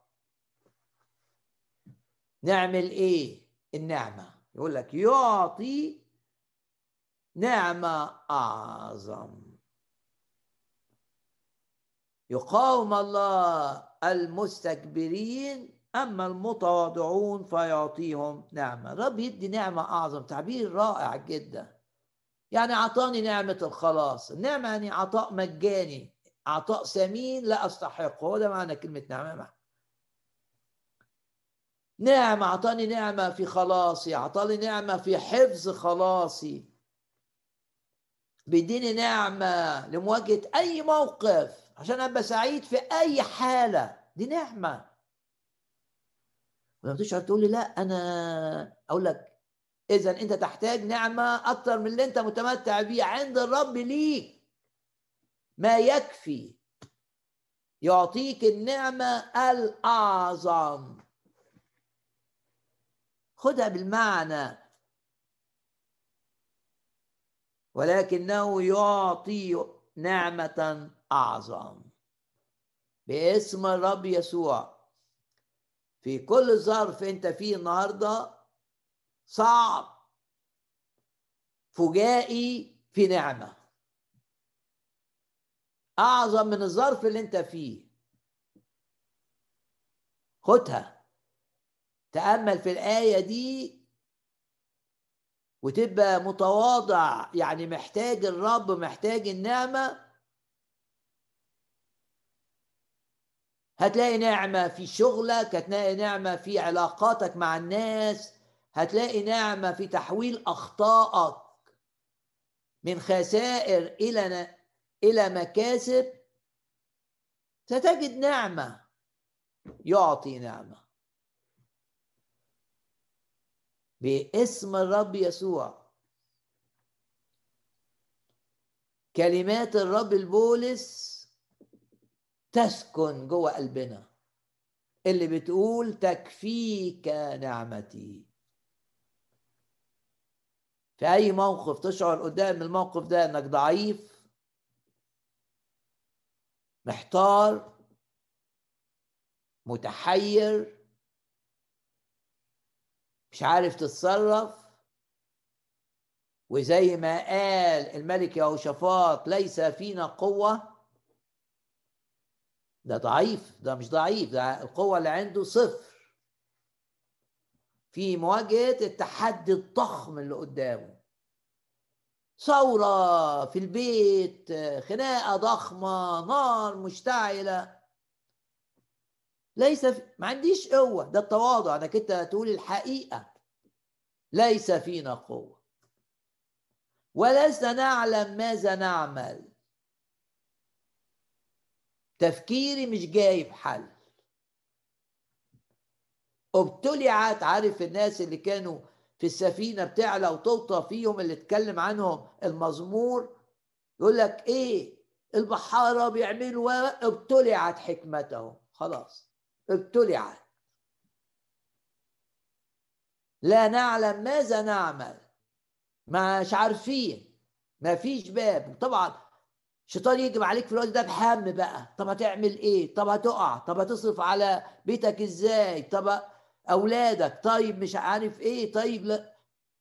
نعمل ايه؟ النعمة، يقول لك يعطي نعمة أعظم. يقاوم الله المستكبرين، أما المتواضعون فيعطيهم نعمة. الرب يدي نعمة أعظم، تعبير رائع جدا. يعني أعطاني نعمة الخلاص، النعمة يعني عطاء مجاني، عطاء ثمين لا أستحقه، هو ده معنى كلمة نعمة. نعمة، أعطاني نعمة في خلاصي، أعطاني نعمة في حفظ خلاصي، بيديني نعمة لمواجهة أي موقف عشان أبقى سعيد في أي حالة. دي نعمة. ولما تشعر تقول لي لا، أنا أقول لك إذا أنت تحتاج نعمة أكتر من اللي أنت متمتع بيه عند الرب ليك، ما يكفي، يعطيك النعمة الأعظم. خدها بالمعنى، ولكنه يعطي نعمة أعظم. باسم الرب يسوع، في كل ظرف أنت فيه النهاردة صعب، فجائي، في نعمة أعظم من الظرف اللي أنت فيه. خدها، تأمل في الآية دي وتبقى متواضع، يعني محتاج الرب، محتاج النعمة. هتلاقي نعمة في شغلك، هتلاقي نعمة في علاقاتك مع الناس، هتلاقي نعمة في تحويل أخطائك من خسائر إلى مكاسب. ستجد نعمة، يعطي نعمة باسم الرب يسوع. كلمات الرب البولس تسكن جوه قلبنا، اللي بتقول تكفيك نعمتي. في أي موقف تشعر قدام الموقف ده إنك ضعيف، محتار، متحير، مش عارف تتصرف، وزي ما قال الملك يهوشافاط ليس فينا قوة، ده ضعيف، ده مش ضعيف، ده القوة اللي عنده صفر في مواجهة التحدي الضخم اللي قدامه. ثورة في البيت، خناقة ضخمة، نار مشتعلة، ما عنديش قوة. ده التواضع، انك انت تقول الحقيقة، ليس فينا قوة ولسنا نعلم ماذا نعمل، تفكيري مش جايب حل. ابتلعت، عارف الناس اللي كانوا في السفينة بتعلى وتوطى فيهم، اللي اتكلم عنهم المزمور، يقول لك ايه؟ البحارة بيعملوا ابتلعت حكمتهم، خلاص ابتلعت، لا نعلم ماذا نعمل، مش عارفين، ما فيش باب. طبعا الشيطان يجب عليك في الوقت ده بهم بقى، طب هتعمل ايه؟ طب هتقع؟ طب هتصرف على بيتك ازاي؟ طب اولادك؟ طيب مش عارف ايه؟ طيب لا،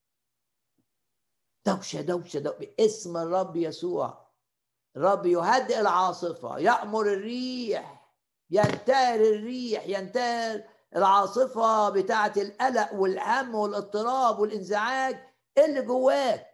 دوشه دوشه دوشه. باسم الرب يسوع، الرب يهدئ العاصفه، يأمر الريح، ينتهر الريح، ينتهر العاصفه بتاعه القلق والهم والاضطراب والانزعاج اللي جواك.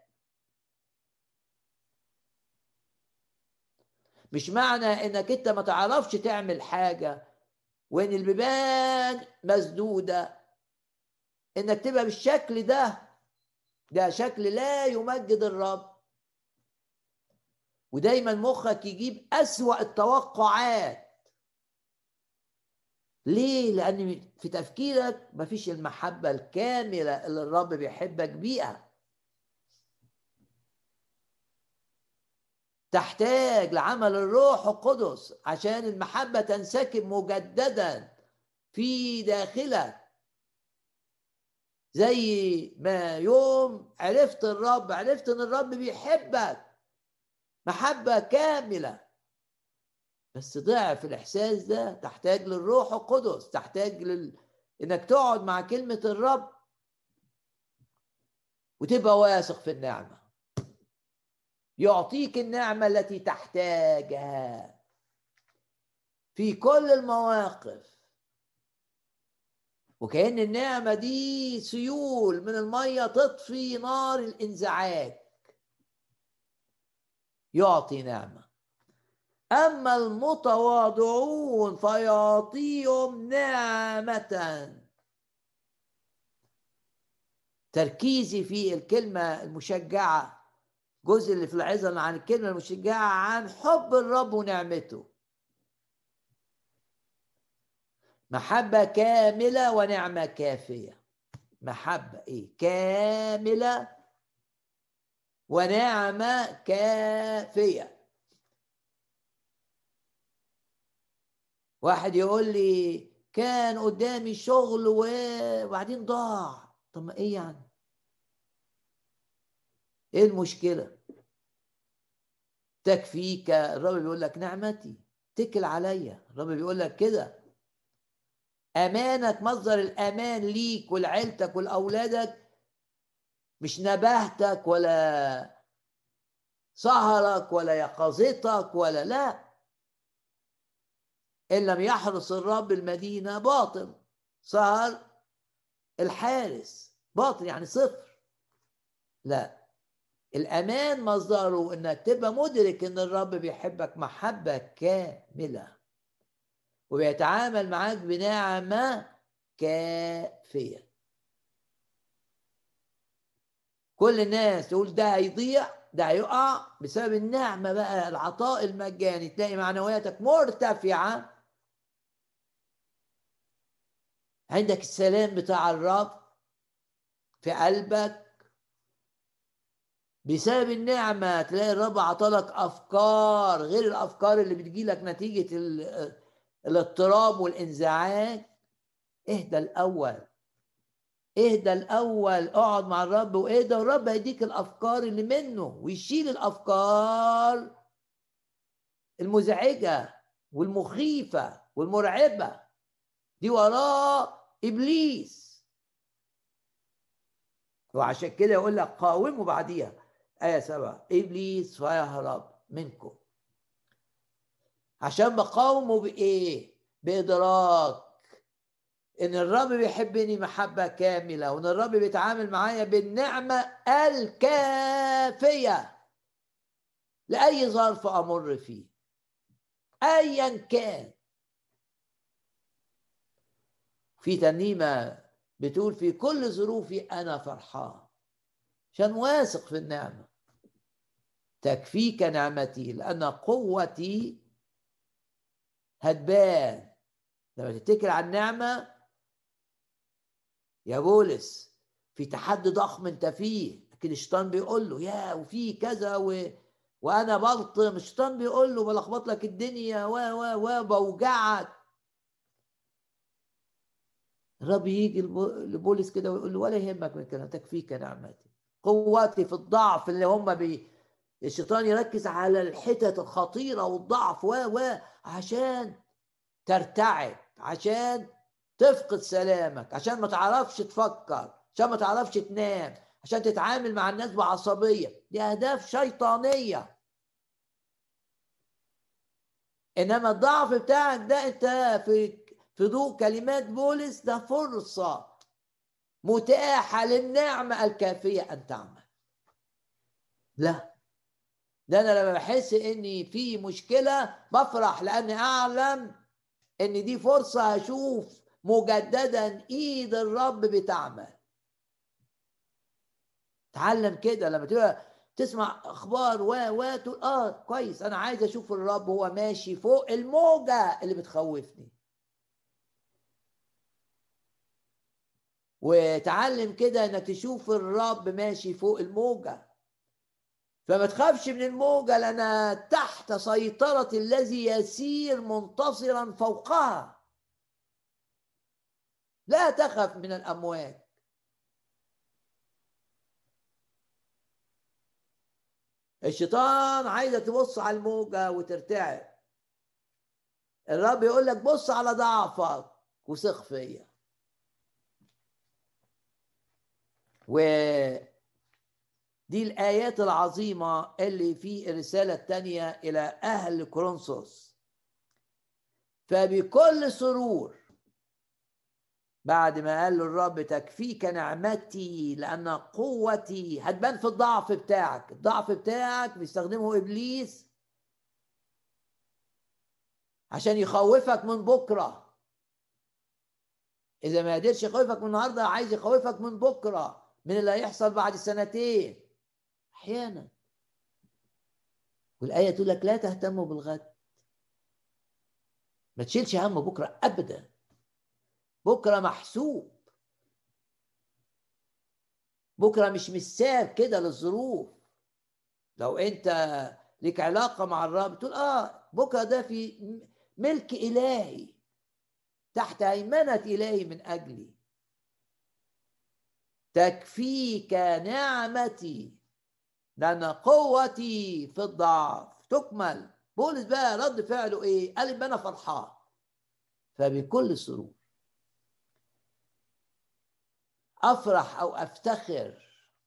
مش معنى انك انت ما تعرفش تعمل حاجة وان البيبان مسدودة انك تبقى بالشكل ده. ده شكل لا يمجد الرب. ودايما مخك يجيب أسوأ التوقعات. ليه؟ لأن في تفكيرك مفيش المحبة الكاملة اللي الرب بيحبك بيها. تحتاج لعمل الروح القدس عشان المحبة تنسكب مجددا في داخلك. زي ما يوم عرفت الرب، عرفت ان الرب بيحبك محبة كاملة، بس ضعف الإحساس ده. تحتاج للروح القدس، تحتاج إنك تقعد مع كلمة الرب وتبقى واثق في النعمة. يعطيك النعمة التي تحتاجها في كل المواقف. وكأن النعمة دي سيول من المية تطفي نار الانزعاج. يعطي نعمة. أما المتواضعون فيعطيهم نعمة. تركيزي في الكلمة المشجعة، جزء اللي في العظة عن الكلمة المشجعة عن حب الرب ونعمته. محبة كاملة ونعمة كافية. محبة ايه؟ كاملة ونعمة كافية. واحد يقول لي كان قدامي شغل وبعدين ضاع. طب ما ايه يعني؟ ايه المشكلة؟ تكفيك. الرب بيقول لك نعمتي، اتكل عليا. الرب بيقول لك كده. امانك، مصدر الامان ليك ولعيلتك ولاولادك مش نباهتك ولا سهرك ولا يقظتك ولا لا. ان لم يحرس الرب المدينة باطل. سهر الحارس باطل، يعني صفر. لا، الأمان مصدره إنك تبقى مدرك إن الرب بيحبك محبة كاملة وبيتعامل معاك بنعمة كافية. كل الناس تقول ده هيضيع، ده هيقع بسبب النعمة بقى، العطاء المجاني. تلاقي معنوياتك مرتفعة، عندك السلام بتاع الرب في قلبك بسبب النعمة. تلاقي الرب عطالك أفكار غير الأفكار اللي بتجيلك نتيجة الاضطراب والانزعاج. اهدى الأول، اهدى الأول، اقعد مع الرب واهدى، والرب هيديك الأفكار اللي منه ويشيل الأفكار المزعجة والمخيفة والمرعبة دي وراه إبليس. وعشان كده يقول لك قاوموا بعديها آية 7 إبليس فيهرب منكم. عشان بقاومه بإيه؟ بإدراك إن الرب بيحبني محبة كاملة، وإن الرب بيتعامل معايا بالنعمة الكافية لأي ظرف أمر فيه أيا كان. في ترنيمة بتقول في كل ظروفي أنا فرحان، عشان واثق في النعمة. تكفيك نعمتي لأن قوتي هتبان لما تتكل على النعمة. يا بولس في تحدي ضخم انت فيه، لكن الشيطان بيقول له يا وفي كذا وانا بلطم. الشيطان بيقول له بلخبط لك الدنيا بوجعك. الرب يجي لبولس كده ويقول له ولا يهمك من كده، تكفيك نعمتي. قوتي في الضعف اللي هم الشيطان يركز على الحتت الخطيرة والضعف عشان ترتعب، عشان تفقد سلامك، عشان ما تعرفش تفكر، عشان ما تعرفش تنام، عشان تتعامل مع الناس بعصبية. دي أهداف شيطانية. إنما الضعف بتاعك ده أنت في ضوء كلمات بولس ده فرصة متاحة للنعمة الكافية أن تعمل. لا، ده أنا لما بحس إني في مشكلة بفرح، لأني أعلم إن دي فرصة هشوف مجددا إيد الرب بتعمل. تعلم كده لما تبقى تسمع اخبار تقول كويس، انا عايز اشوف الرب هو ماشي فوق الموجة اللي بتخوفني. وتعلم كده انك تشوف الرب ماشي فوق الموجة، فما تخافش من الموجة لأنها تحت سيطرة الذي يسير منتصرا فوقها. لا تخف من الأمواج. الشيطان عايزك تبص على الموجة وترتعب. الرب يقول لك بص على ضعفك وثق فيا. ودي الآيات العظيمة اللي في الرسالة الثانية إلى أهل كورنثوس. فبكل سرور، بعد ما قال له الرب تكفيك نعمتي لأن قوتي هتبان في الضعف بتاعك. الضعف بتاعك بيستخدمه إبليس عشان يخوفك من بكرة. إذا ما قدرش يخوفك من النهاردة، عايز يخوفك من بكرة، من اللي هيحصل بعد سنتين أحيانا. والآية تقول لك لا تهتموا بالغد. ما تشيلش هم بكرة أبدا. بكرة محسوب. بكرة مش مساب كده للظروف. لو أنت ليك علاقة مع الرب تقول بكرة ده في ملك إلهي، تحت هيمنة إلهي من أجلي. تكفيك نعمتي لأن قوتي في الضعف تكمل. بولس بقى رد فعله إيه؟ قال أنا فرحان. فبكل سرور أفرح أو أفتخر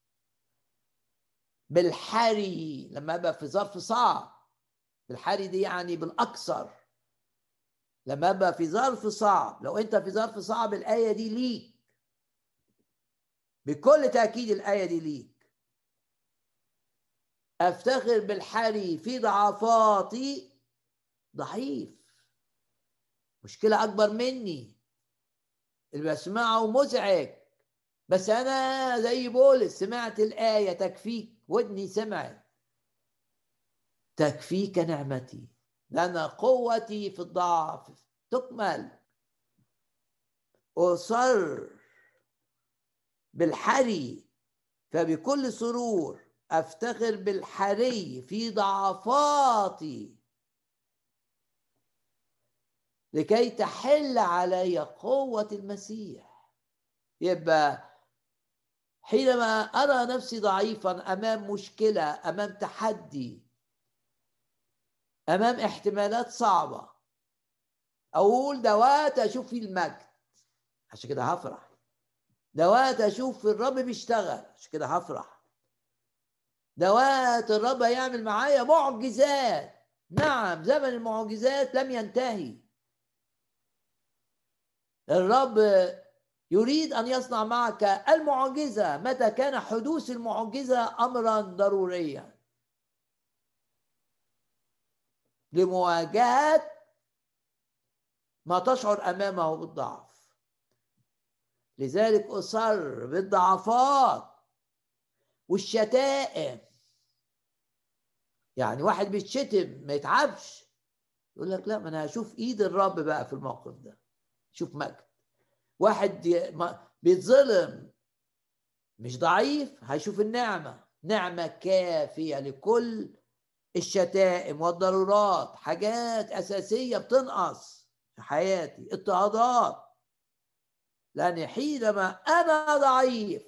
بالحري لما أبقى في ظرف صعب. بالحري دي يعني بالأكثر. لما أبقى في ظرف صعب، لو أنت في ظرف صعب الآية دي ليك. بكل تأكيد الآية دي ليك. أفتخر بالحري في ضعفاتي. ضعيف، مشكلة أكبر مني، اللي بسمعه مزعج، بس أنا زي بولس سمعت الآية تكفيك، ودني سمعت تكفيك نعمتي لأن قوتي في الضعف تكمل. أصر بالحري، فبكل سرور أفتخر بالحري في ضعفاتي لكي تحل علي قوة المسيح. يبقى حينما أرى نفسي ضعيفا أمام مشكلة، أمام تحدي، أمام احتمالات صعبة، أقول دوات أشوف فيه المجد، عشان كده هفرح. دوات أشوف الرب بيشتغل، عشان كده هفرح. دوات الرب هيعمل معايا معجزات. نعم، زمن المعجزات لم ينتهي. الرب يريد أن يصنع معك المعجزة متى كان حدوث المعجزة أمرا ضروريا لمواجهة ما تشعر أمامه بالضعف. لذلك أصر بالضعفات والشتائم. يعني واحد بيتشتم ما يتعبش، يقول لك لا، ما أنا هشوف إيد الرب بقى في الموقف ده، شوف مجد. واحد بيتظلم مش ضعيف، هيشوف النعمة، نعمة كافية لكل الشتائم والضرورات. حاجات أساسية بتنقص في حياتي، اضطهادات، لأن حينما أنا ضعيف،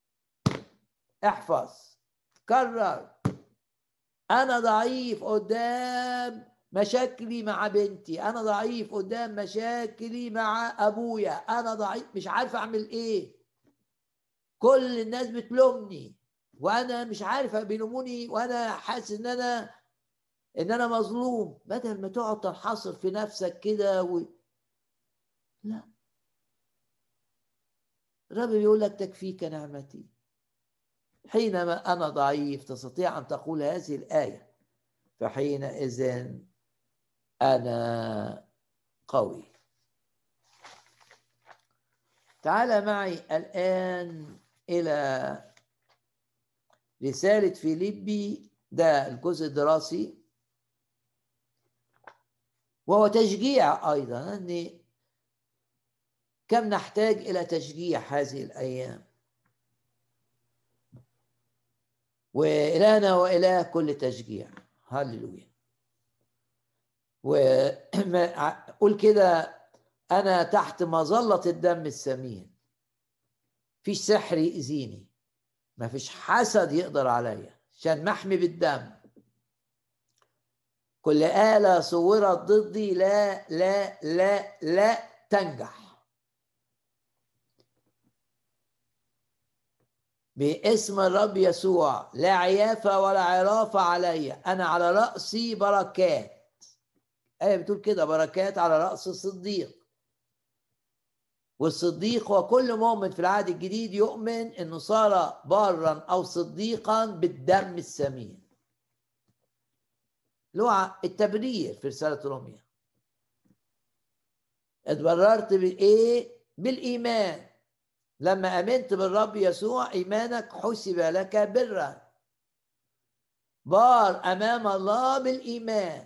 احفظ، كرر، أنا ضعيف قدام مشاكلي مع بنتي، أنا ضعيف قدام مشاكلي مع أبويا، أنا ضعيف مش عارف أعمل إيه، كل الناس بتلومني وأنا مش عارف بيلوموني وأنا حاسس إن أنا مظلوم. بدل ما تقعد تنحصر في نفسك كده لا، الرب بيقول لك تكفيك نعمتي. حينما أنا ضعيف تستطيع أن تقول هذه الآية، فحينئذ أنا قوي. تعال معي الآن إلى رسالة فيليبي ده الجزء الدراسي، وهو تشجيع أيضا، أن كم نحتاج إلى تشجيع هذه الأيام. وإلهنا وإله كل تشجيع. هللويا. وقول كده: أنا تحت مظلة الدم الثمين، فيش سحر يأذيني، ما فيش حسد يقدر عليا، عشان محمي بالدم. كل آلة صورت ضدي لا لا لا لا تنجح باسم الرب يسوع. لا عيافة ولا عرافة علي، أنا على رأسي بركات. آية بتقول كده: بركات على رأس الصديق. والصديق هو كل مؤمن في العهد الجديد يؤمن أنه صار بارا أو صديقا بالدم الثمين، اللي هو التبرير في رسالة روميا. اتبررت بالإيه؟ بالإيمان. لما آمنت بالرب يسوع إيمانك حسب لك برا، بار أمام الله بالإيمان.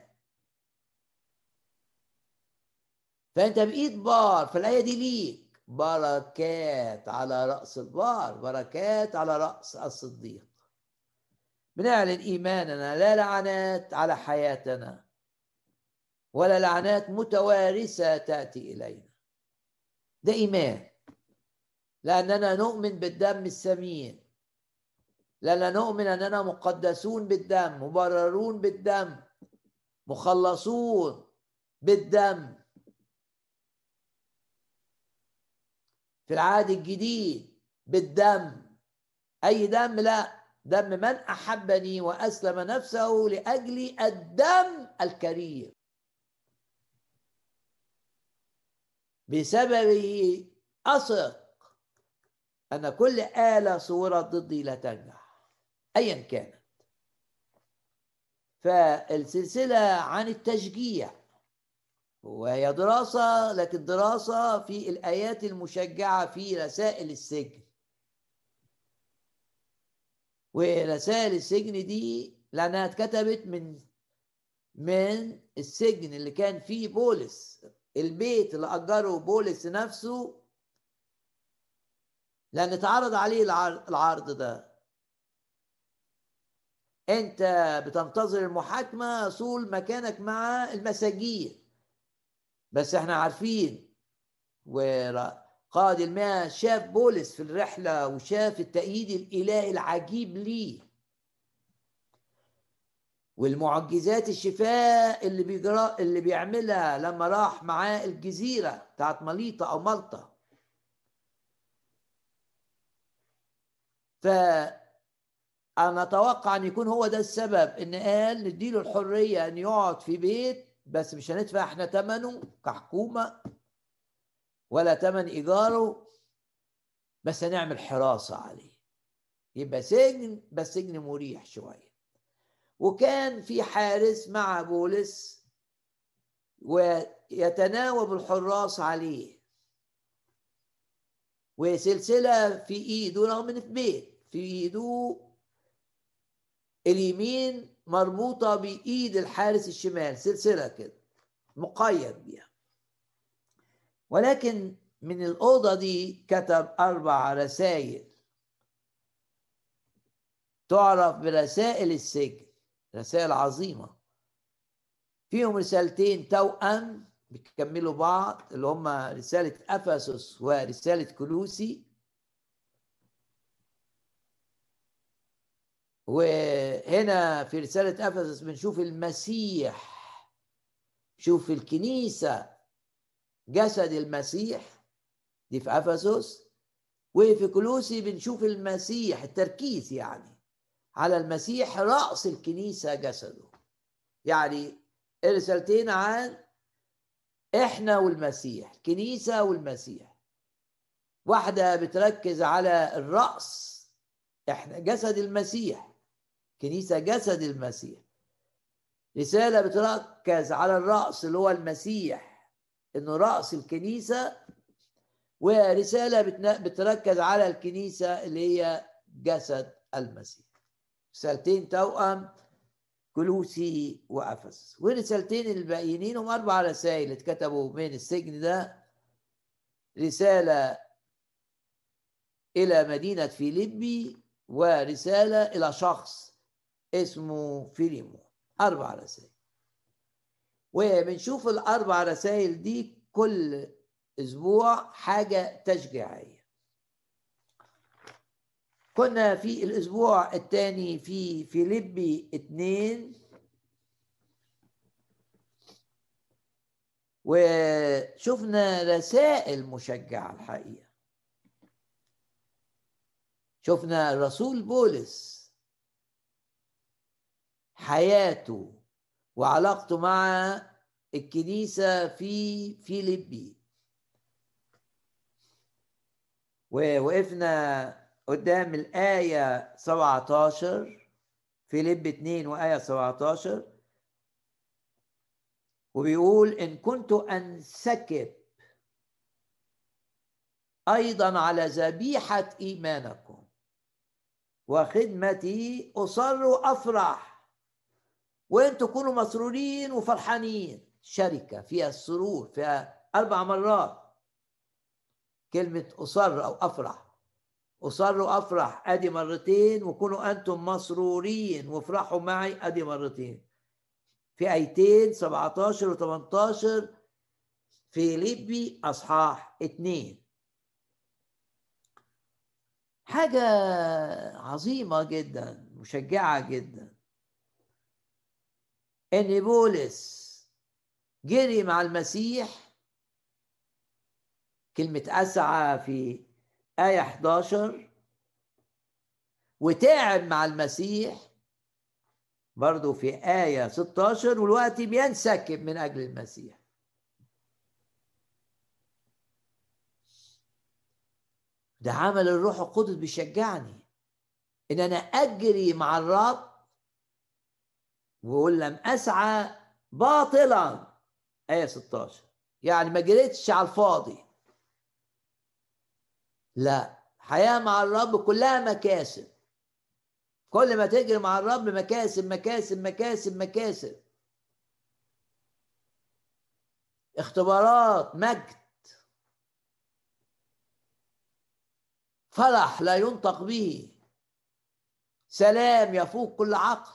فأنت بقيت بار. في الآية دي ليك بركات على رأس البار، بركات على رأس الصديق. بنعلن إيماننا لا لعنات على حياتنا ولا لعنات متوارثة تأتي إلينا. ده إيمان، لأننا نؤمن بالدم الثمين، لأننا نؤمن أننا مقدسون بالدم، مبررون بالدم، مخلصون بالدم. في العهد الجديد بالدم. أي دم؟ لا، دم من أحبني وأسلم نفسه لأجلي، الدم الكريم. بسببه أثق أن كل آلة صورت ضدي لا تنجح أيا كانت. فالسلسلة عن التشجيع، وهي دراسة، لكن دراسة في الآيات المشجعة في رسائل السجن. ورسائل السجن دي لأنها اتكتبت من السجن اللي كان فيه بولس، البيت اللي أجره بولس نفسه، لأن اتعرض عليه العرض ده. أنت بتنتظر المحاكمة، صول مكانك مع المساجين. بس احنا عارفين، وقائد المئة شاف بولس في الرحلة وشاف التأييد الإلهي العجيب ليه، والمعجزات الشفاء اللي بيعملها لما راح معاه الجزيرة بتاعت مليطة أو مالطا. فأنا أتوقع أن يكون هو ده السبب إن قال نديله الحرية أن يقعد في بيت، بس مش هندفع احنا ثمنه كحكومة ولا ثمن إيجاره، بس هنعمل حراسة عليه. يبقى سجن، بس سجن مريح شوية. وكان في حارس مع بولس ويتناوب الحراس عليه، وسلسلة في ايده، رغم ان في بيت، في ايده اليمين مربوطة بايد الحارس الشمال، سلسلة كده مقيد بيها. ولكن من الأوضة دي كتب 4 رسائل تعرف برسائل السجن، رسائل عظيمة. فيهم رسالتين توأم بيكملوا بعض، اللي هم رسالة أفسس ورسالة كولوسي. وهنا في رسالة أفسس بنشوف المسيح، شوف الكنيسة جسد المسيح، دي في أفسس. وفي كولوسي بنشوف المسيح، التركيز يعني على المسيح رأس الكنيسة جسده. يعني الرسالتين عن احنا والمسيح، الكنيسة والمسيح. واحدة بتركز على الرأس، احنا جسد المسيح، كنيسة جسد المسيح. رسالة بتركز على الرأس اللي هو المسيح، انه رأس الكنيسة. ورسالة بتركز على الكنيسة اللي هي جسد المسيح. رسالتين توأم كلوسي وأفسس، والرسالتين الباقيين هم 4 رسائل اتكتبوا من السجن ده. رسالة إلى مدينة فيليبي، ورسالة إلى شخص اسمه فيليمون. 4 رسائل، وبنشوف ال4 رسائل دي كل أسبوع حاجة تشجيعية. كنا في الأسبوع الثاني في فيليبي 2، وشفنا رسائل مشجعة الحقيقة. شفنا الرسول بولس حياته وعلاقته مع الكنيسة في فيليبي، ووقفنا قدام الآية 17، فيليبي 2 وآية 17، وبيقول إن كنت أنسكب أيضا على ذبيحة إيمانكم وخدمتي أصر أفرح، وإن تكونوا مسرورين وفرحانين. شركة فيها السرور، فيها 4 مرات كلمة أصر أو أفرح. أصر وأفرح أدي مرتين، وكونوا أنتم مسرورين وافرحوا معي أدي مرتين، في آيتين 17 و 18 فيليبي أصحاح 2. حاجة عظيمة جدا، مشجعة جدا، إن بولس جري مع المسيح. كلمة أسعى في آية 11، وتعب مع المسيح برضو في آية 16، والوقت بينسكب من أجل المسيح. ده عمل الروح القدس بيشجعني إن أنا أجري مع الرب، ويقول لم أسعى باطلا، آية 16، يعني ما جريتش على الفاضي. لا، حياة مع الرب كلها مكاسب. كل ما تجري مع الرب مكاسب مكاسب مكاسب مكاسب، اختبارات، مجد، فرح لا ينطق به، سلام يفوق كل عقل.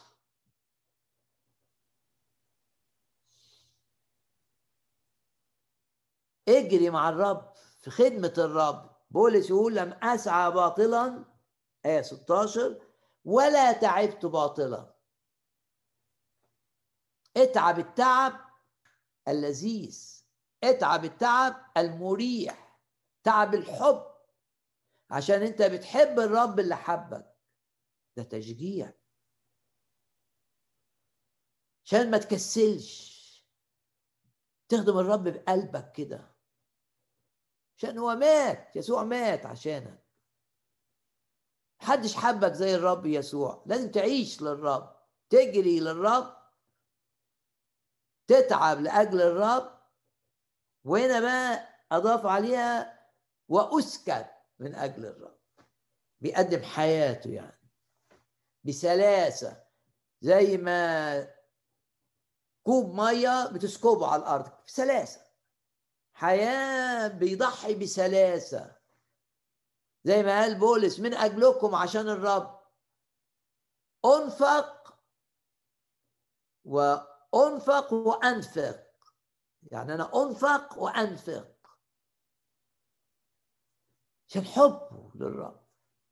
اجري مع الرب في خدمة الرب. بولس يقول لم أسعى باطلا، آية 16، ولا تعبت باطلا. اتعب التعب اللذيذ، اتعب التعب المريح، تعب الحب، عشان انت بتحب الرب اللي حبك. ده تشجيع عشان ما تكسلش تخدم الرب بقلبك كده، عشان هو مات، يسوع مات عشانك. محدش حبك زي الرب يسوع. لازم تعيش للرب، تجري للرب، تتعب لأجل الرب. وهنا بقى أضاف عليها وأسكت من أجل الرب. بيقدم حياته يعني بسلاسة، زي ما كوب مية بتسكبه على الأرض بسلاسة. حياة بيضحي بسلاسة، زي ما قال بولس من أجلكم عشان الرب أنفق وأنفق وأنفق. يعني أنا أنفق وأنفق عشان حبه للرب.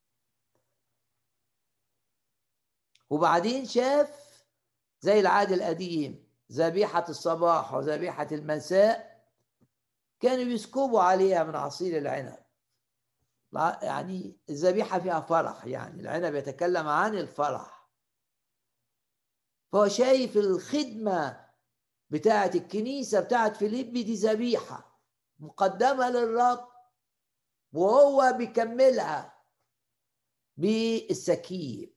وبعدين شاف زي العهد القديم ذبيحة الصباح وذبيحة المساء كانوا بيسكبوا عليها من عصير العنب. يعني الذبيحة فيها فرح، يعني العنب يتكلم عن الفرح. فهو شايف الخدمة بتاعة الكنيسة بتاعة فيليبي دي ذبيحة مقدمة للرب، وهو بيكملها بالسكيب.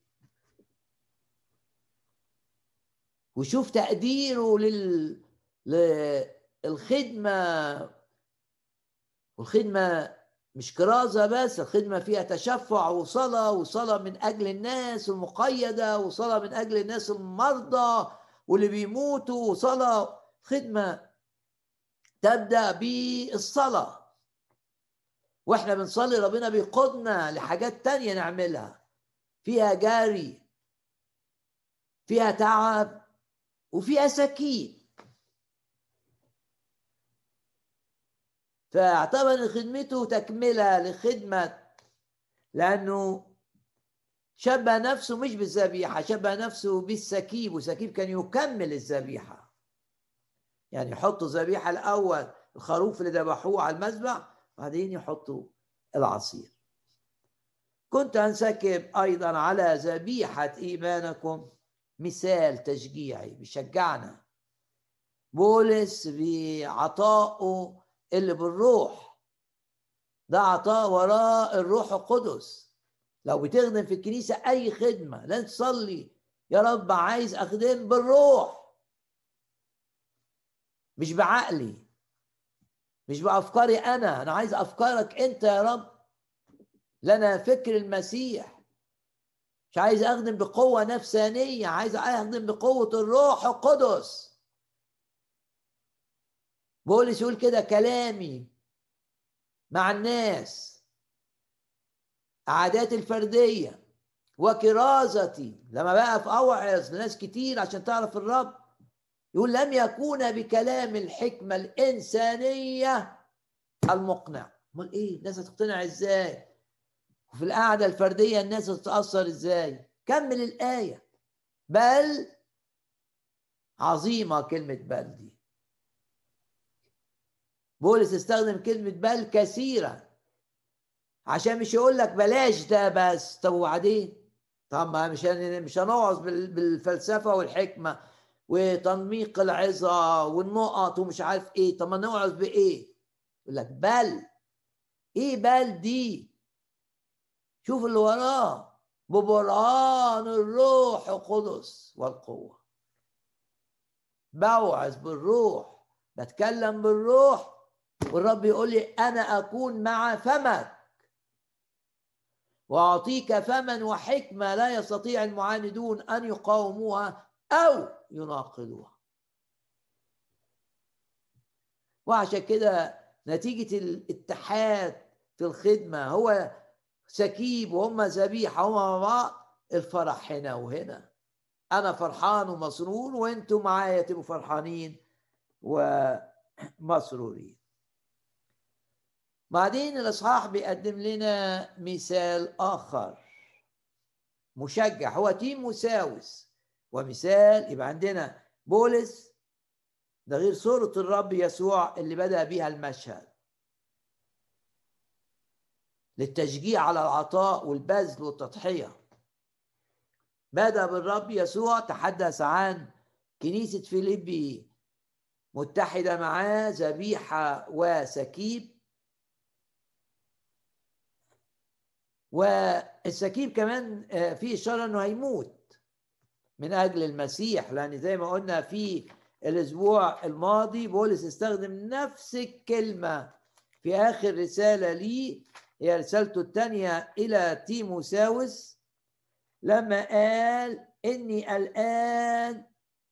وشوف تقديره للخدمة، والخدمة مش كرازة بس، الخدمة فيها تشفع وصلاة، وصلاة من أجل الناس المقيدة، وصلاة من أجل الناس المرضى واللي بيموتوا، وصلاة. خدمة تبدأ بالصلاة، واحنا بنصلي ربنا بيقودنا لحاجات تانية نعملها، فيها جري، فيها تعب، وفيها سكين. فاعتبر ان خدمته تكملة لخدمة، لأنه شبه نفسه مش بالذبيحة، شبه نفسه بالسكيب، وسكيب كان يكمل الذبيحة. يعني يحطوا الذبيحة الأول، الخروف اللي ذبحوه على المذبح، بعدين يحطوا العصير. كنت أنسكب أيضا على ذبيحة إيمانكم، مثال تشجيعي بيشجعنا بولس بعطائه اللي بالروح، ده عطاء وراء الروح القدس. لو بتخدم في الكنيسة أي خدمة لن تصلي يا رب عايز أخدم بالروح، مش بعقلي، مش بأفكاري أنا عايز أفكارك أنت يا رب، لنا فكر المسيح. مش عايز أخدم بقوة نفسانية، عايز أخدم بقوة الروح القدس. بولس يقول كده: كلامي مع الناس، عاداتي الفردية وكرازتي، لما بقى في أوعظ لناس كتير عشان تعرف الرب، يقول لم يكون بكلام الحكمة الإنسانية المقنع. امال ايه؟ الناس هتقتنع ازاي؟ وفي القعدة الفردية الناس هتتأثر ازاي؟ كمل الآية: بل، عظيمة كلمة بل دي، بولس استخدم كلمة بل كثيرا عشان مش يقول لك بلاش ده بس. طب وبعدين؟ طب ما مش هنوعظ بالفلسفة والحكمة وتنميق العظة والنقط ومش عارف ايه. طب ما نوعظ بايه؟ يقول لك بل. ايه بل دي؟ شوف اللي وراه: ببرهان الروح القدس والقوة. بوعظ بالروح، بتكلم بالروح، والرب يقول لي أنا أكون مع فمك وأعطيك فما وحكمة لا يستطيع المعاندون أن يقاوموها أو يناقضوها. وعشان كده نتيجة الاتحاد في الخدمة، هو سكيب وهم ذبيحة، هم مع بعض، الفرح هنا وهنا. أنا فرحان ومسرور، وأنتم معايا تبقوا فرحانين ومسرورين. بعدين الإصحاح بيقدم لنا مثال آخر مشجع، هو تيموثاوس. ومثال يبقى عندنا بولس، ده غير صورة الرب يسوع اللي بدأ بيها المشهد للتشجيع على العطاء والبذل والتضحية. بدأ بالرب يسوع، تحدث عن كنيسة فيليبي متحدة معاه، ذبيحة وسكيب. والسكيب كمان في إشارة أنه هيموت من أجل المسيح، لأن زي ما قلنا في الأسبوع الماضي بولس استخدم نفس الكلمة في آخر رسالة لي، هي رسالته الثانية إلى تيموثاوس، لما قال إني الآن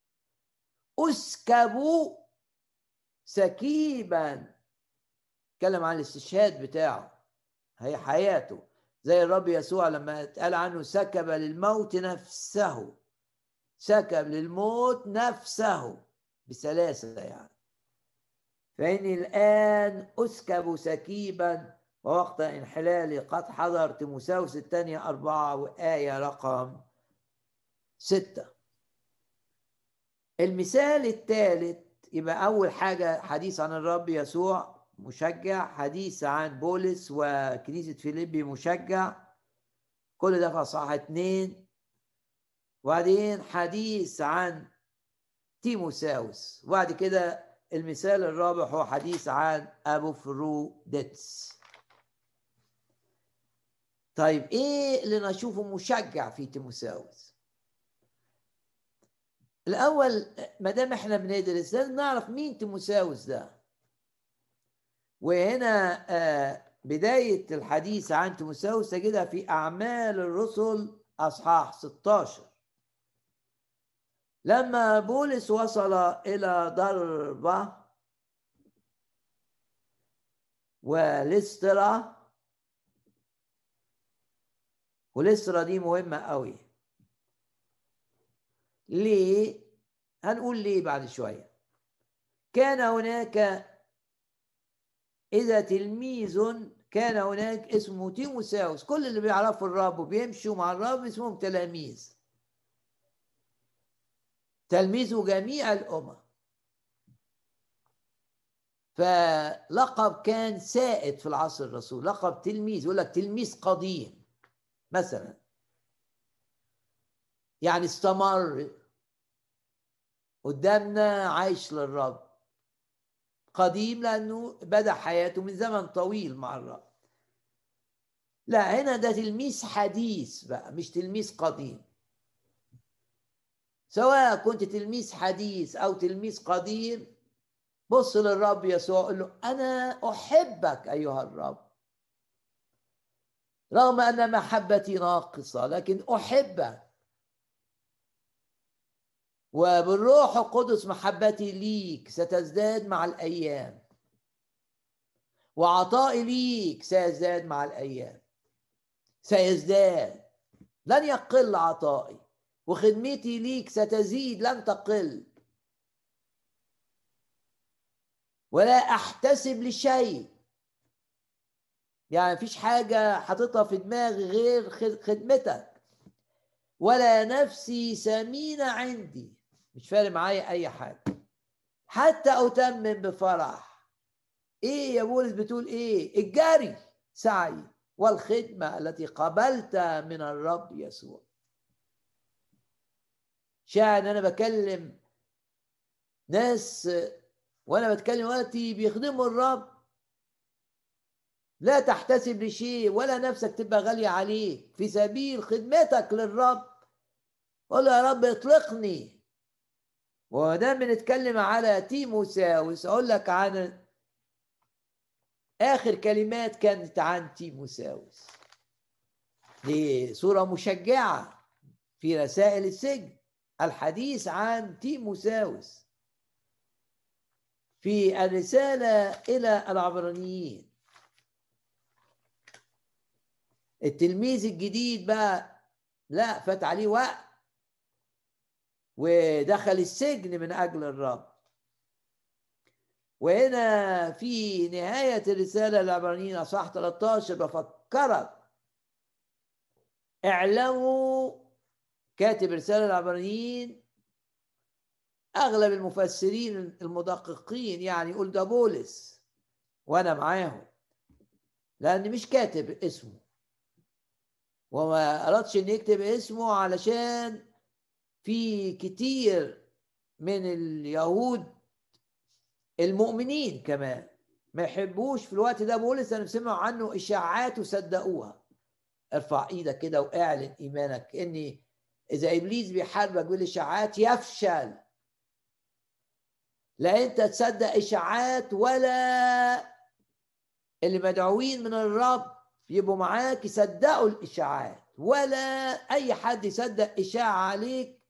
أسكب سكيبا. اتكلم عن الاستشهاد بتاعه، هي حياته، زي الرب يسوع لما اتقال عنه سكب للموت نفسه، سكب للموت نفسه بسلاسة يعني. فإني الآن أسكب سكيبا ووقت انحلالي قد حضر. تيموثاوس الثانية 4 وآية رقم 6. المثال الثالث، يبقى أول حاجة حديث عن الرب يسوع مشجع، حديث عن بولس وكنيسة فيليبي مشجع، كل ده في اصحاح 2. وبعدين حديث عن تيموثاوس، وبعد كده المثال الرابع هو حديث عن أبوفروديتس. طيب ايه اللي نشوفه مشجع في تيموثاوس؟ الاول، ما دام احنا بندرس لازم نعرف مين تيموثاوس ده. وهنا بداية الحديث عن تيموثاوس تجدها في أعمال الرسل أصحاح 16. لما بولس وصل إلى دربة ولسترا، ولسترا دي مهمة قوي. ليه؟ هنقول ليه بعد شوية. كان هناك إذا تلميذ كان هناك اسمه تيموثاوس، كل اللي بيعرفوا الرب وبيمشوا مع الرب اسمهم تلاميذ، تلميذ جميع الأمم. فلقب كان سائد في العصر الرسول، لقب تلميذ، يقول لك تلميذ قديم مثلا، يعني استمر قدامنا عايش للرب. قديم لأنه بدأ حياته من زمن طويل مع الرب. لا، هنا ده تلميذ حديث بقى، مش تلميذ قديم. سواء كنت تلميذ حديث أو تلميذ قديم، بص للرب يسوع قل له أنا أحبك أيها الرب، رغم أن محبتي ناقصة لكن أحبك، وبالروح القدس محبتي ليك ستزداد مع الأيام، وعطائي ليك سيزداد مع الأيام، سيزداد، لن يقل عطائي، وخدمتي ليك ستزيد لن تقل، ولا أحتسب لشيء. يعني مفيش حاجة حاططها في دماغي غير خدمتك، ولا نفسي ثمينة عندي، مش فارق معايا أي حاجة، حتى أتمم بفرح. إيه يا بولس بتقول إيه؟ الجري سعي والخدمة التي قبلتها من الرب يسوع. شاعر أنا بكلم ناس وأنا بتكلم وقتي بيخدموا الرب، لا تحتسب لشيء ولا نفسك تبقى غالية عليك في سبيل خدمتك للرب. قول له يا رب اطلقني. وده بنتكلم على تيموثاوس، اقول لك عن اخر كلمات كانت عن تيموثاوس. دي صورة مشجعة في رسائل السجن، الحديث عن تيموثاوس في الرسالة إلى العبرانيين. التلميذ الجديد بقى لا فات عليه وقت ودخل السجن من أجل الرب. وهنا في نهاية الرسالة للعبرانيين أصحاح 13 بفكرك اعلموا، كاتب رسالة العبرانيين أغلب المفسرين المدققين يعني يقول ده بولس وأنا معاهم، لأن مش كاتب اسمه، وما أردش إن يكتب اسمه علشان في كتير من اليهود المؤمنين كمان ما يحبوش في الوقت ده بولس، لأنهم سمعوا عنه إشاعات وصدقوها. ارفع ايدك كده واعلن ايمانك ان اذا ابليس بيحاربك بالاشاعات يفشل. لا انت تصدق اشاعات ولا اللي مدعوين من الرب يبقوا معاك يصدقوا الاشاعات، ولا اي حد يصدق اشاعه عليك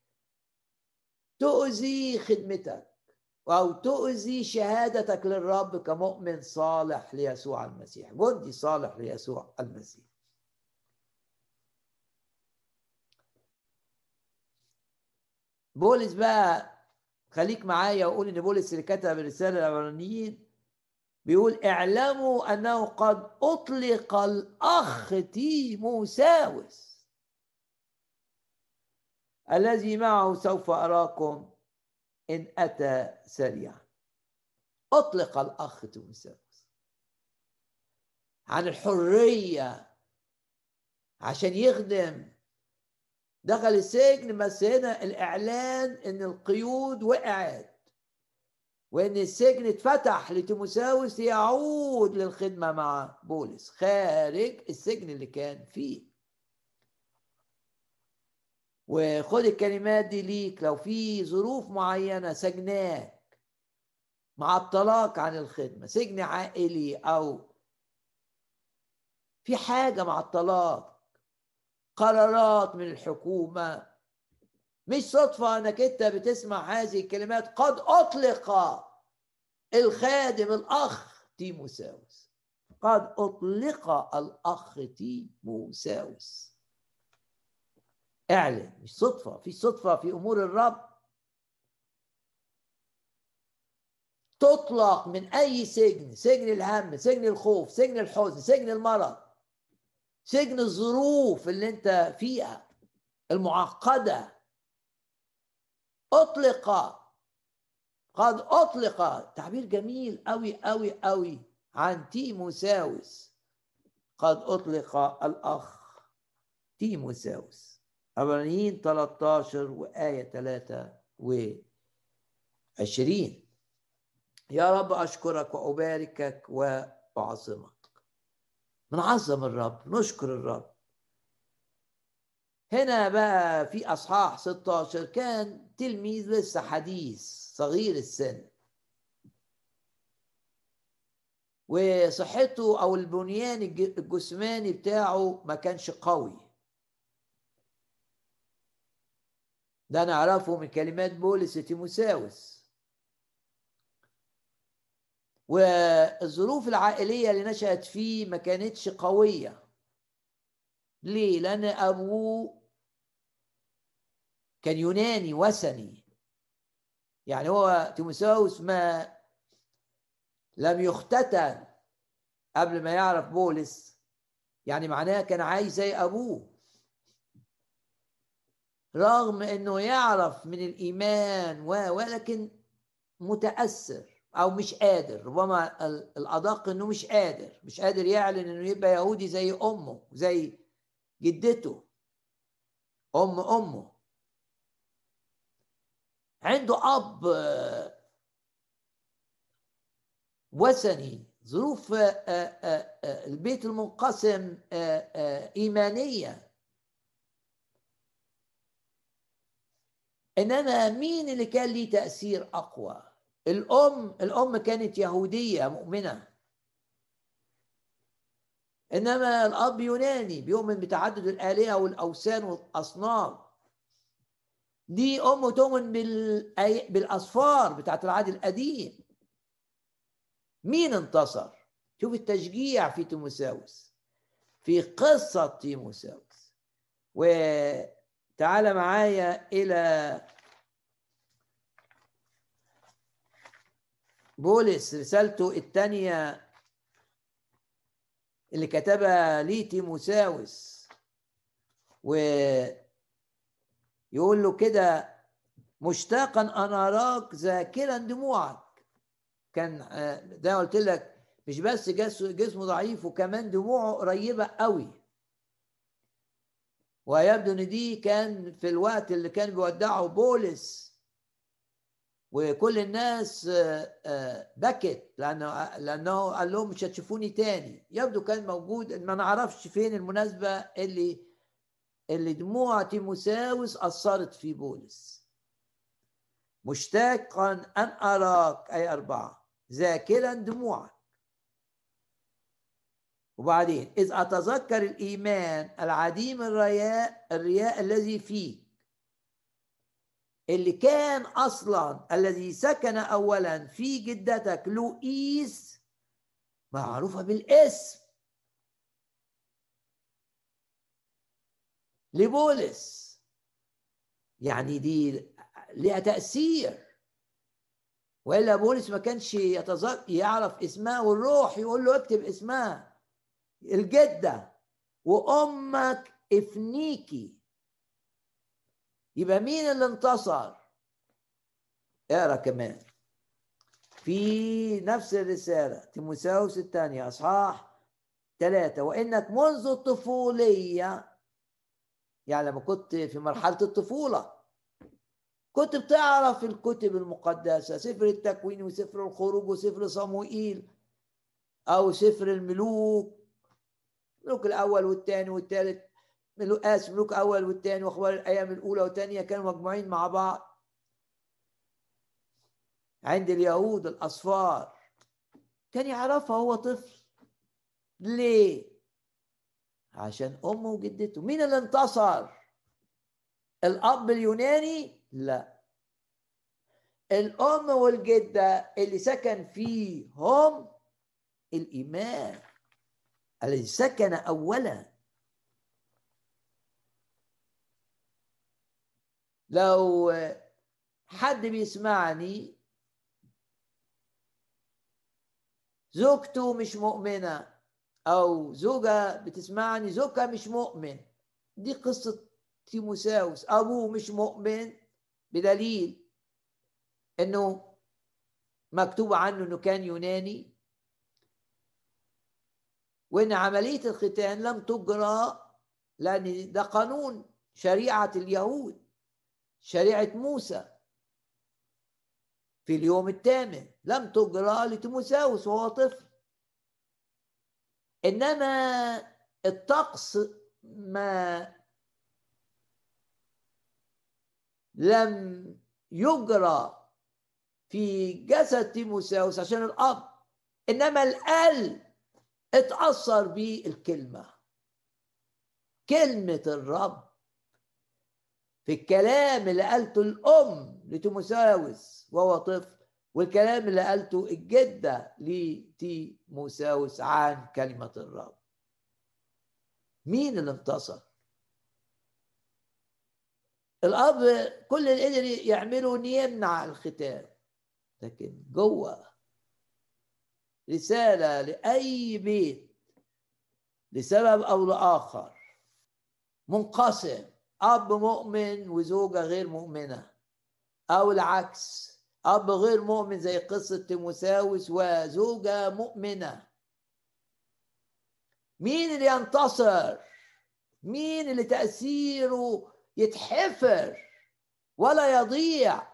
تؤذي خدمتك او تؤذي شهادتك للرب كمؤمن صالح ليسوع المسيح، جندي صالح ليسوع المسيح. بولس بقى، خليك معايا وقول ان بولس اللي كتب الرساله للعبرانيين بيقول اعلموا انه قد اطلق الاخ تيموثاوس الذي معه سوف اراكم ان اتى سريعا. اطلق الاخ تيموثاوس عن الحريه عشان يخدم، دخل السجن، بس هنا الاعلان ان القيود وقعت وان السجن اتفتح لتيموثاوس يعود للخدمه مع بولس خارج السجن اللي كان فيه. وخد الكلمات دي ليك لو في ظروف معينه سجناك مع الطلاق عن الخدمه، سجن عائلي او في حاجة مع الطلاق، قرارات من الحكومة. مش صدفة انك انت بتسمع هذه الكلمات: قد اطلق الخادم الاخ تيموساوس. قد اطلق الاخ تيموساوس. اعلن. مش صدفة، في صدفة في امور الرب. تطلق من اي سجن، سجن الهم، سجن الخوف، سجن الحزن، سجن المرض، سجن الظروف اللي انت فيها المعقدة. اطلق. قد اطلق. تعبير جميل قوي قوي قوي عن تيموساوس. قد اطلق الاخ تيموساوس. عبرانيين 13 وآية 23. يا رب أشكرك وأباركك وأعظمك. بنعظم الرب، نشكر الرب. هنا بقى في أصحاح 16 كان تلميذ لسه حديث صغير السن، وصحته أو البنيان الجسماني بتاعه ما كانش قوي. ده نعرفه من كلمات بولس تيموساوس. والظروف العائلية اللي نشأت فيه ما كانتش قوية. ليه؟ لأن أبوه كان يوناني وثني. يعني هو تيموساوس ما لم يختتن قبل ما يعرف بولس، يعني معناه كان عايز زي أبوه، رغم أنه يعرف من الإيمان ولكن متأثر أو مش قادر. ربما الأدق أنه مش قادر يعلن أنه يبقى يهودي زي أمه، زي جدته، أمه. عنده أب وثني. ظروف البيت المنقسم إيمانية. إنما مين اللي كان ليه تأثير أقوى؟ الأم كانت يهودية مؤمنة، إنما الأب يوناني بيؤمن بتعدد الآلهة والأوثان والأصنام. دي أم تؤمن بالأسفار بتاعت العهد القديم. مين انتصر؟ شوف التشجيع في تيموساوس، في قصة تيموساوس. وتعال معايا إلى بولس رسالته الثانية اللي كتبها ليه تيموساوس، ويقول له كده: مشتاقا أن أراك ذاكرا دموعك. كان ده قلت لك مش بس جسمه ضعيف، وكمان دموعه قريبة قوي. ويبدو ان دي كان في الوقت اللي كان بيودعه بولس، وكل الناس بكت لانه قال لهم مش هتشوفوني تاني. يبدو كان موجود، ما نعرفش فين المناسبة اللي دموع تيموساوس أثرت في بولس. مشتاقا أن أراك، أي 4، ذاكرا دموعك. وبعدين إذ أتذكر الإيمان العديم الرياء الذي فيك، اللي كان أصلا الذي سكن أولا في جدتك لوئيس، معروفة بالاسم، لبولس. يعني دي لها تأثير، وإلا بولس ما كانش يعرف اسمها، والروح يقول له اكتب اسمها الجدة وأمك افنيكي. يبقى مين اللي انتصر؟ اقرأ كمان في نفس الرسالة تيموثاوس الثانية أصحاح 3: وإنك منذ الطفولية، يعني لما كنت في مرحلة الطفولة كنت بتعرف الكتب المقدسة، سفر التكوين وسفر الخروج وسفر صموئيل أو سفر الملوك، ملوك الأول والثاني والثالث، ملوك أول والثاني، وأخبار الأيام الأولى والثانية كانوا مجموعين مع بعض عند اليهود الأصفار. كان يعرفها هو طفل. ليه؟ عشان أمه وجدته. مين اللي انتصر؟ الأب اليوناني؟ لا، الأم والجدة اللي سكن فيهم الإيمان الذي سكن أولا. لو حد بيسمعني زوجته مش مؤمنة، أو زوجة بتسمعني زوجها مش مؤمن، دي قصة تيموساوس. أبوه مش مؤمن بدليل إنه مكتوب عنه إنه كان يوناني، وإن عملية الختان لم تجرى، لأن ده قانون شريعة اليهود، شريعة موسى، في اليوم الثامن لم تجرى لتيموساوس وهو طفل. إنما الطقس ما لم يجرى في جسد تيموساوس عشان الأب، إنما القلب اتأثر بالكلمة، كلمة الرب في الكلام اللي قالته الأم لتيموساوس وهو طفل، والكلام اللي قالته الجدة لتيموساوس عن كلمة الرب. مين اللي انتصر؟ الأب كل اللي قدر يعمله إن يمنع الختان، لكن جوه رسالة لأي بيت لسبب أو لآخر منقسم، أب مؤمن وزوجة غير مؤمنة، أو العكس، أب غير مؤمن زي قصة تيموساوس وزوجة مؤمنة، مين اللي ينتصر؟ مين اللي تأثيره يتحفر ولا يضيع؟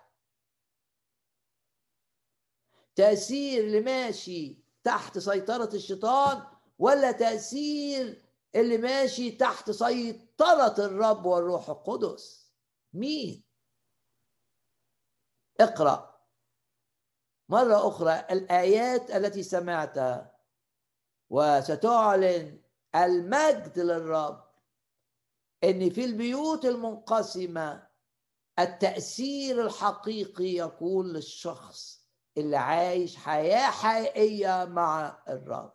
تأثير اللي ماشي تحت سيطرة الشيطان، ولا تأثير اللي ماشي تحت سيطرة الرب والروح القدس؟ مين؟ اقرأ مرة أخرى الآيات التي سمعتها، وستعلن المجد للرب إن في البيوت المنقسمة التأثير الحقيقي يكون للشخص اللي عايش حياة حقيقية مع الرب.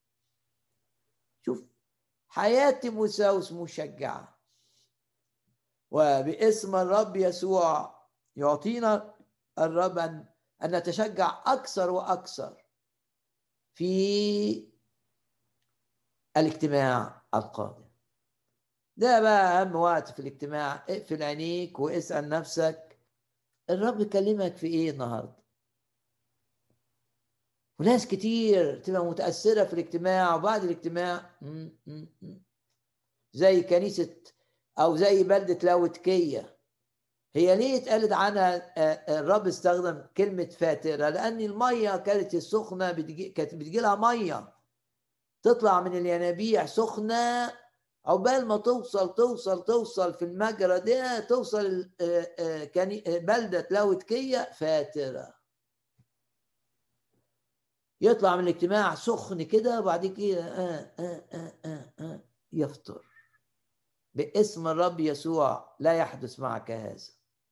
شوف حياة تيموساوس مشجعة، وباسم الرب يسوع يعطينا الرب أن نتشجع أكثر وأكثر في الاجتماع القادم. ده بقى أهم وقت في الاجتماع. اقفل عينيك واسأل نفسك الرب كلمك في إيه النهاردة؟ وناس كتير تبقى متأثرة في الاجتماع وبعد الاجتماع زي كنيسة أو زي بلدة لاوديكية. هي ليه اتقالت عنها الرب استخدم كلمة فاترة؟ لأن المية كانت السخنة كانت بتجي لها مية تطلع من الينابيع سخنة، عقبال ما توصل في المجرى ده، توصل بلدة لاوديكية فاترة. يطلع من الاجتماع سخن كده وبعد كده يفطر. باسم الرب يسوع لا يحدث معك هذا.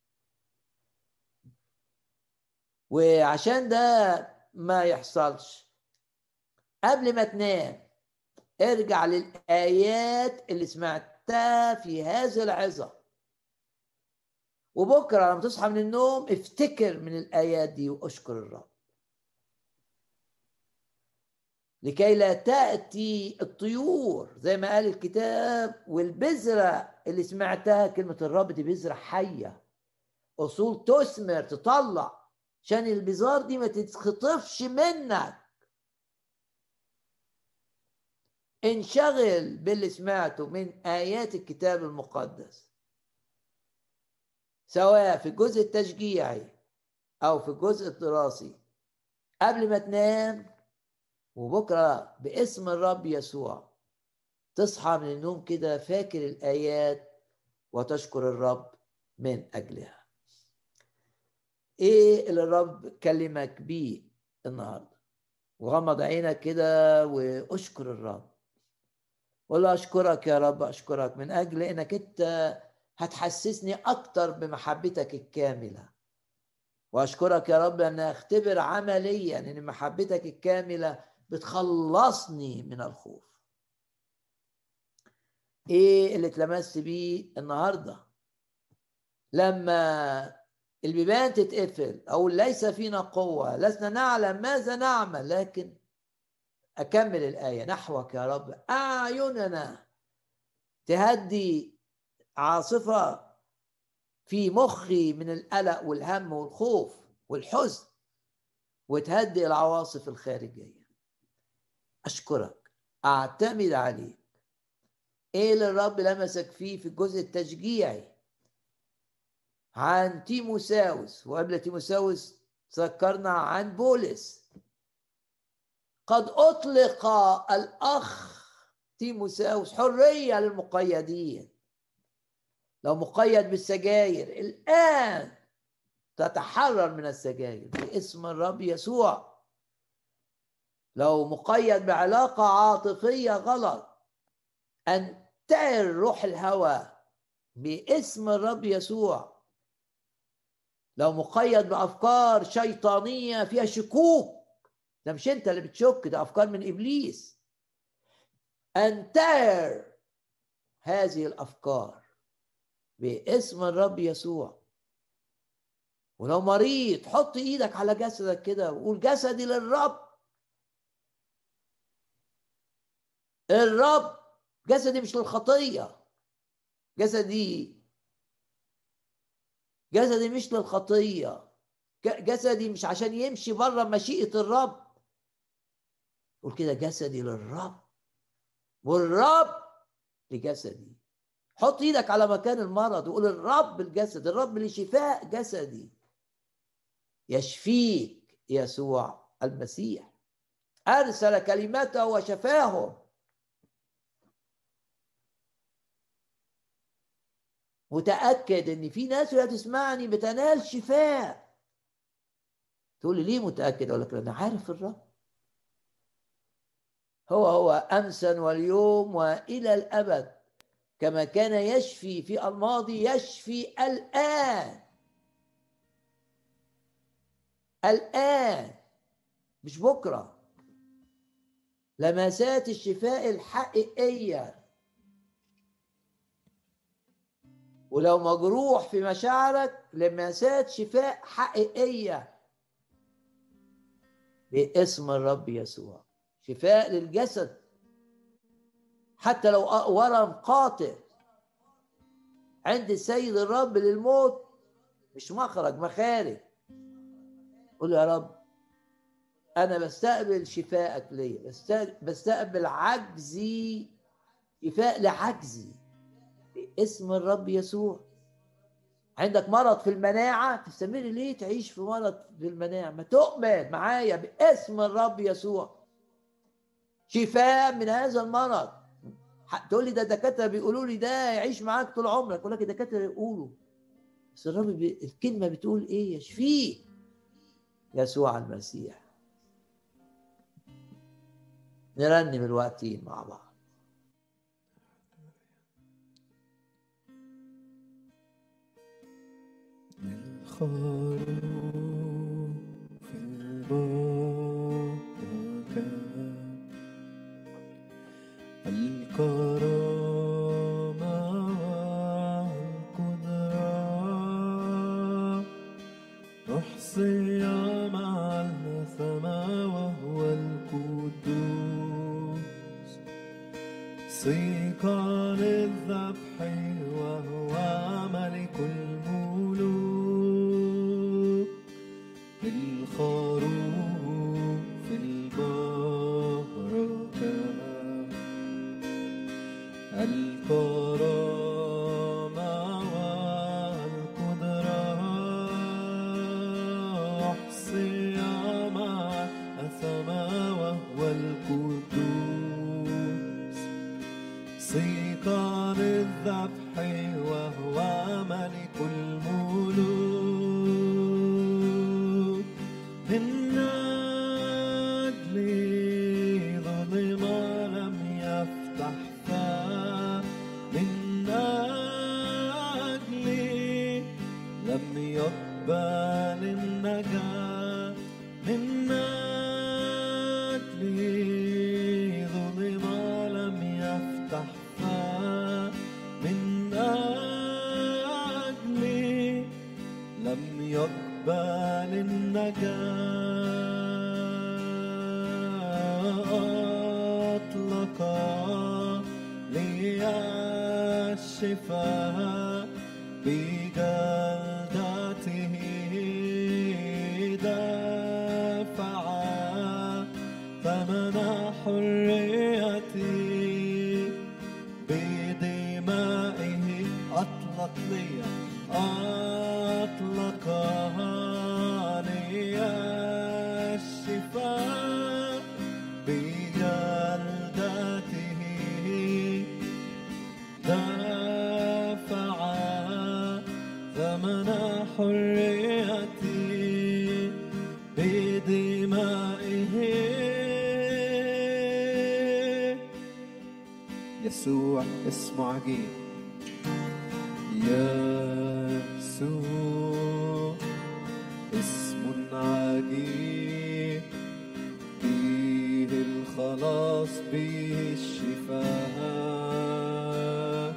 وعشان ده ما يحصلش، قبل ما تنام ارجع للآيات اللي سمعتها في هذه العظة، وبكرة لما تصحى من النوم افتكر من الآيات دي واشكر الرب، لكي لا تأتي الطيور زي ما قال الكتاب. والبذرة اللي سمعتها كلمة الرب دي بذرة حية، أصول تثمر تطلع، عشان البذار دي ما تتخطفش منك. انشغل باللي سمعته من آيات الكتاب المقدس، سواء في الجزء التشجيعي أو في الجزء الدراسي، قبل ما تنام. وبكرة باسم الرب يسوع تصحى من النوم كده فاكر الآيات وتشكر الرب من أجلها. إيه اللي الرب كلمك بيه النهاردة؟ وغمض عينك كده واشكر الرب. قول له أشكرك يا رب، أشكرك من أجل إنك أنت هتحسسني أكتر بمحبتك الكاملة. وأشكرك يا رب أن أختبر عمليا أن محبتك الكاملة بتخلصني من الخوف. إيه اللي اتلمست بيه النهاردة لما البيبان تتقفل أو ليس فينا قوة، لسنا نعلم ماذا نعمل، لكن أكمل الآية: نحوك يا رب أعيننا تهدي عاصفة في مخي من القلق والهم والخوف والحزن، وتهدي العواصف الخارجية. أشكرك، أعتمد عليك. إيه اللي الرب لمسك فيه في الجزء التشجيعي عن تيموساوس؟ وقبل تيموساوس ذكرنا عن بولس. قد أطلق الأخ تيموساوس حرية للمقيدين. لو مقيد بالسجاير الآن تتحرر من السجاير باسم الرب يسوع. لو مقيد بعلاقة عاطفية غلط انتهر روح الهوى باسم الرب يسوع. لو مقيد بأفكار شيطانية فيها شكوك، ده مش انت اللي بتشك، ده أفكار من إبليس، انتهر هذه الأفكار باسم الرب يسوع. ولو مريض حط ايدك على جسدك كده وقول: جسدي للرب. الرب جسدي مش للخطية، جسدي مش للخطية، جسدي مش عشان يمشي بره مشيئة الرب. قول كده: جسدي للرب والرب لجسدي. حط ايدك على مكان المرض وقول: الرب الجسد، الرب لشفاء جسدي. يشفيك يسوع المسيح، أرسل كلمته وشفاهم. متأكد ان في ناس لا تسمعني بتنال شفاء. تقول لي ليه متأكد؟ اقول لك لأن عارف الرب هو أمسا واليوم وإلى الأبد. كما كان يشفي في الماضي يشفي الآن. الآن مش بكرة. لمسات الشفاء الحقيقية. ولو مجروح في مشاعرك، لمسات شفاء حقيقية باسم الرب يسوع. شفاء للجسد، حتى لو ورم قاتل عند السيد الرب للموت مش مخارج. قول يا رب أنا بستقبل شفائك ليا، بستقبل عجزي، شفاء لعجزي باسم الرب يسوع. عندك مرض في المناعة، تستمر ليه تعيش في مرض في المناعة؟ ما تؤمن معايا باسم الرب يسوع شفاء من هذا المرض. تقول لي ده الدكاترة بيقولوا لي ده يعيش معاك طول عمرك. أقول لك الدكاترة يقولوا، بس الرب الكلمة بتقول إيه؟ يشفيه يسوع المسيح. نرنم الوقتين مع بعض. الخروف البركة، الكرامة والقدرة، نحصي مع السماء وهو القدوس، صيقا للذبح وهو ملك الملوك، الخروف البركة، الكرامة والقدرة، أحصي مع السماء وهو القدوس، صيقا للذبح وهو ملك الشفاء بجلدته دفع ثمن حريتي بدمائه أطلق لي الشفاء بجلدته دفع ثمن حريتي بدمائه. يسوع اسمه عجيب، يسوع اسم عجيب، به الخلاص به الشفاء،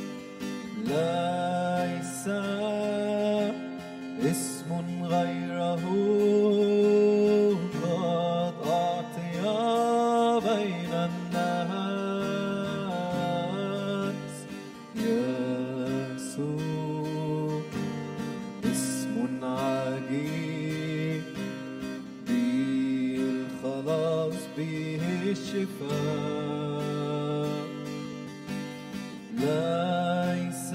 ليس اسم غيره قد أعطي بين الناس. يسوع اسم عجيب، به الخلاص به الشفاء، ليس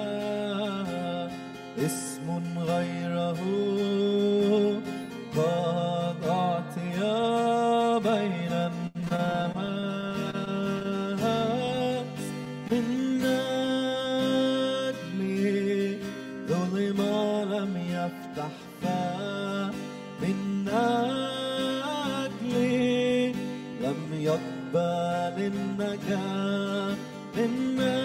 اسم غيره قد أعطي بين الناس. من أجل ظلم لم يفتح فاه، من أجل لم يقبل النجاة، من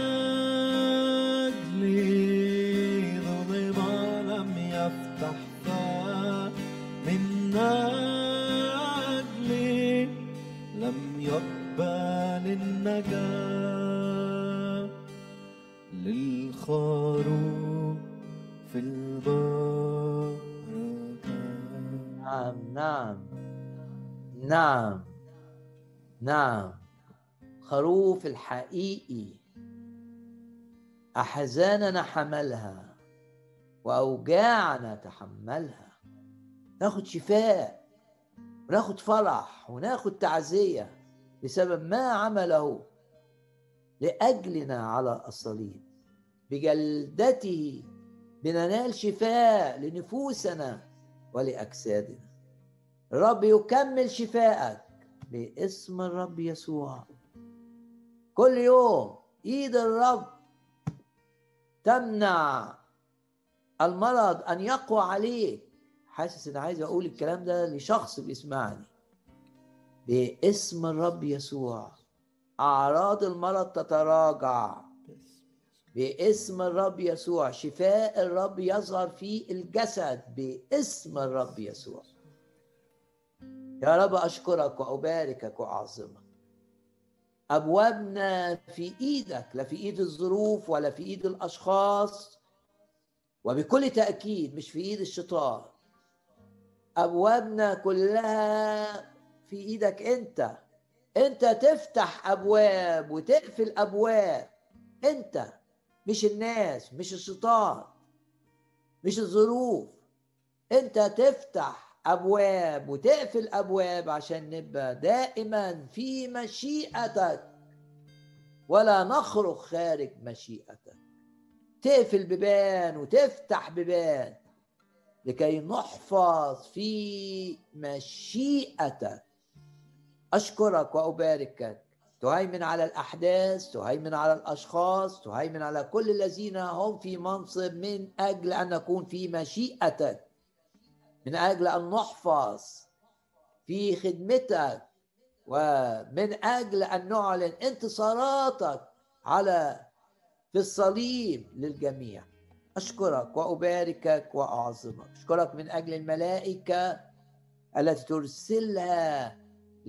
أجل ظلم لم يفتح فاه، من أجل لم يقبل النجاة. للخروف في البركة. نعم نعم نعم نعم. خروف الحقيقي أحزاننا حملها وأوجاعنا تحملها. ناخد شفاء وناخد فرح وناخد تعزية بسبب ما عمله لأجلنا على الصليب. بجلدته بننال شفاء لنفوسنا ولأجسادنا. الرب يكمل شفاءك باسم الرب يسوع. كل يوم ايد الرب تمنع المرض ان يقوى عليك. حاسس ان عايز اقول الكلام ده لشخص بيسمعني. باسم الرب يسوع اعراض المرض تتراجع. باسم الرب يسوع شفاء الرب يظهر في الجسد باسم الرب يسوع. يا رب أشكرك وأباركك وأعظمك. أبوابنا في إيدك، لا في إيد الظروف ولا في إيد الأشخاص، وبكل تأكيد مش في إيد الشيطان. أبوابنا كلها في إيدك أنت. أنت تفتح أبواب وتقفل أبواب. أنت، مش الناس، مش الشيطان، مش الظروف. أنت تفتح أبواب وتقفل أبواب عشان نبقى دائما في مشيئتك ولا نخرج خارج مشيئتك. تقفل بيبان وتفتح بيبان لكي نحفظ في مشيئتك. أشكرك وأباركك. تهيمن على الأحداث، تهيمن على الأشخاص، تهيمن على كل الذين هم في منصب من أجل أن نكون في مشيئتك، من أجل أن نحفظ في خدمتك، ومن أجل أن نعلن انتصاراتك في الصليب للجميع. أشكرك وأباركك وأعظمك. أشكرك من أجل الملائكة التي ترسلها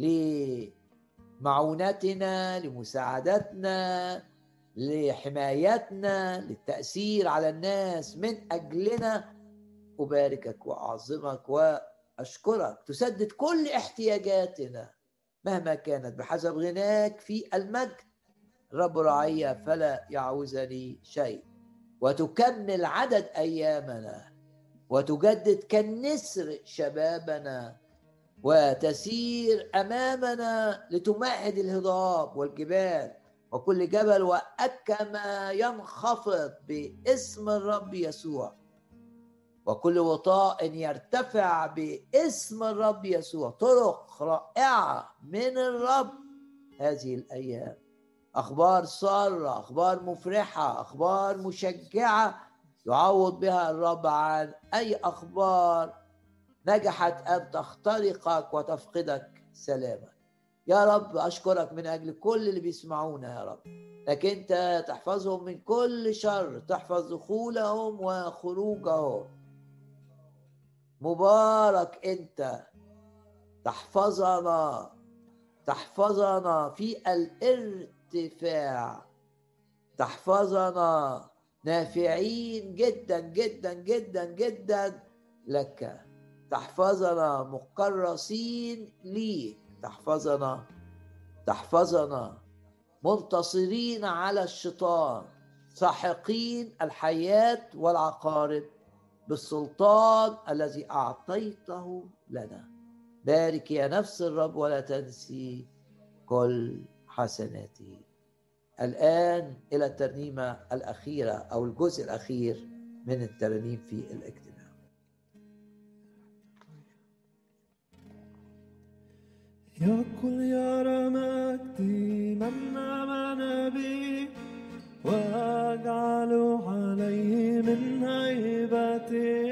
لمعونتنا، لمساعدتنا، لحمايتنا، للتأثير على الناس من أجلنا. أباركك وأعظمك وأشكرك. تسدد كل احتياجاتنا مهما كانت بحسب غناك في المجد الرب رعي فلا يعوزني شيء. وتكمل عدد أيامنا وتجدد كالنسر شبابنا وتسير أمامنا لتمهد الهضاب والجبال وكل جبل وأكما ينخفض باسم الرب يسوع وكل وطاء يرتفع باسم الرب يسوع. طرق رائعة من الرب هذه الأيام، أخبار سارة، أخبار مفرحة، أخبار مشجعة يعوض بها الرب عن أي أخبار نجحت أن تخترقك وتفقدك سلامك. يا رب أشكرك من أجل كل اللي بيسمعونا يا رب، لكن أنت تحفظهم من كل شر، تحفظ دخولهم وخروجهم. مبارك أنت، تحفظنا في الارتفاع، تحفظنا نافعين جدا جدا جدا جدا لك، تحفظنا مكرسين ليك، تحفظنا منتصرين على الشيطان، ساحقين الحياة والعقارب بالسلطان الذي أعطيته لنا. بارك يا نفس الرب ولا تنسي كل حسناته. الآن إلى الترنيمة الأخيرة أو الجزء الأخير من الترانيم في الاجتماع. يقول يرى مجدي من آمن بي وأجعل عليه من هيبتي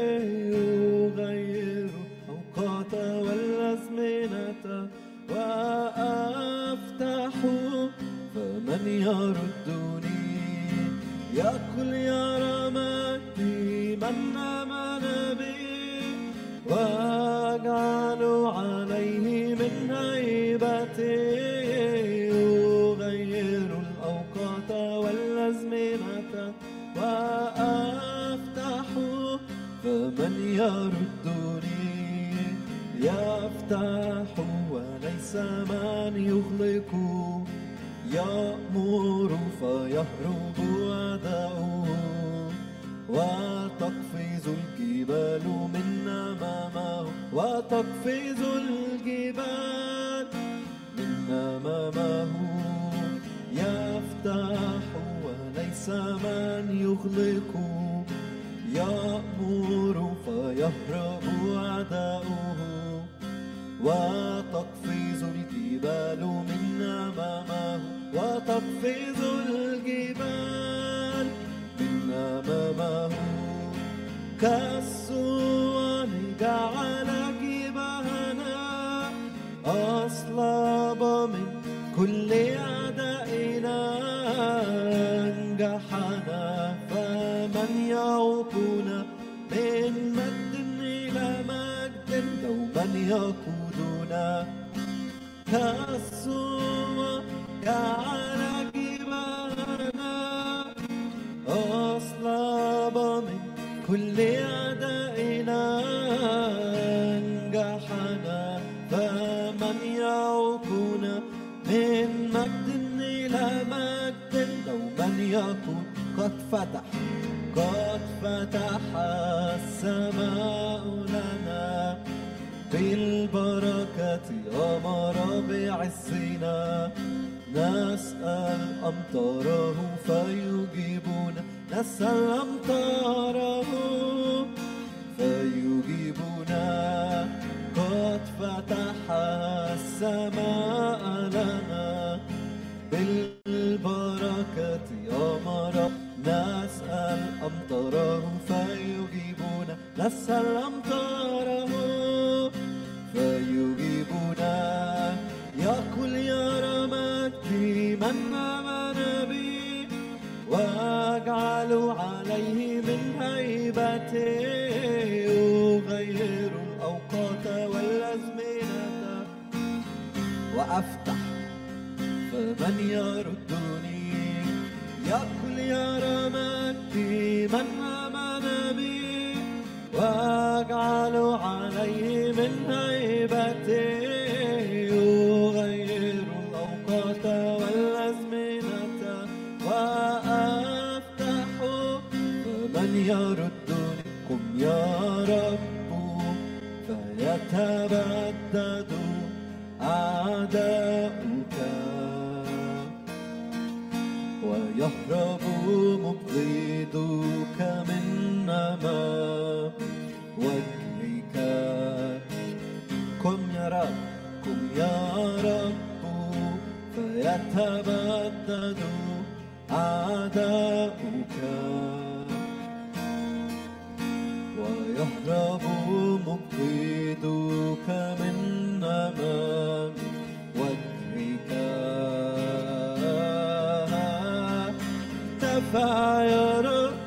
يغير أوقات والأزمنة وأفتح فمن يردني. يقول يرى مجدي من آمن بي وأجعل عليه من هيبتي يغير الأوقات والأزمنة وأفتح فمن يردني. يفتح وليس من يغلق، يأمر فيهرب أعداؤه وتقفز الجبال من أمامه، وتقفز الجبال من أمامه. يفتح وليس من يغلق، يأمر فيهرب أعداؤه وتقفز الجبال من أمامه، وتقفز الجبال من أمامه. كالصوان جعل جبهنا أصلب من كل أعدائنا، أنجحنا فمن يعوقنا من مجد إلى مجد دوما يقودنا. كالصوان جعل جبهنا أصلب من كل أعدائنا، أنجحنا فمن يعوقنا من مجد إلى مجد دوما يقود. قد فتح السماء لنا بالبركة، أمر بعزنا. نسأل أمطاره فيجيبنا، نسأل أمطاره فيجيبنا. قد فتح السماء لنا بالبركة أمر. نسأل أمطاره فيجيبنا، نسأل أمطاره فيجيبنا. يقول يرى مجدي من آمن بي وأجعل عليه من هيبتي يغير الأوقات والأزمنة وأفتح فمن يردني. يقول يرى مجدي من آمن بي وأجعل عليه من هيبتي يغير الأوقات والأزمنة أعداؤك ويهرب مبغضوك من أمام وجهك. قم يا رب، قم يا رب، فيتبدد أعداؤك ويهرب مبغضوك من أمام وجهك. ارتفع يا رب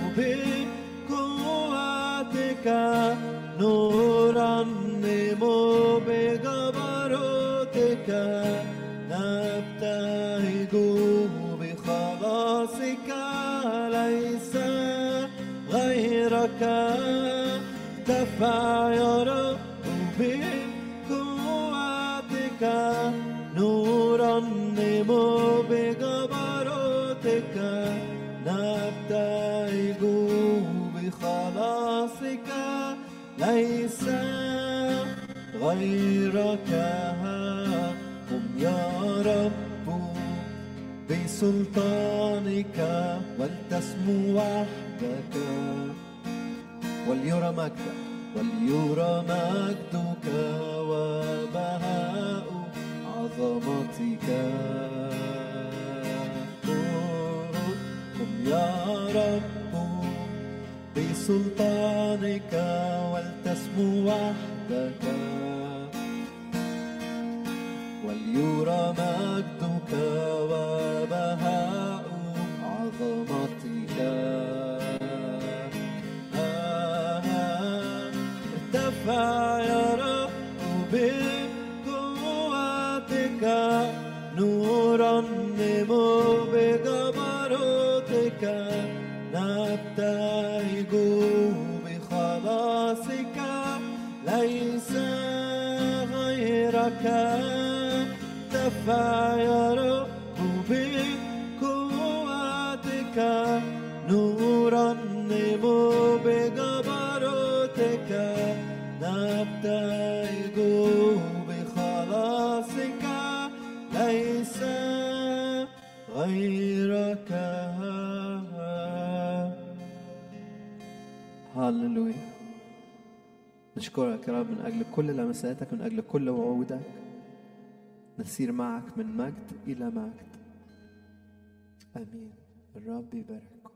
بقوتك، نرنم بجبروتك، نبتهج بخلاصك، ليس غيرك. ارتفع يا رب بقوتك، نرنم بجبروتك، نبتهج بخلاصك، ليس غيرك. قم يا رب بسلطانك، ولتسمو وحدك، وليرى مجدك، وليرى مجدك وبهاء عظمتك. قم يا رب بسلطانك، ولتسمو وحدك، وليرى مجدك وبهاء عظمتك. ارتفع يا رب بقوتك، نرنم بجبروتك، نبتهج بخلاصك، ليس غيرك. ارتفع يا رب بقوتك، نرنم بجبروتك، نبتهج بخلاصك، ليس غيرك. هاللويا. نشكرك يا رب من أجل كل لمساتك، من أجل كل وعودك. نسير معك من مجد إلى مجد. آمين. الرب يبارككم.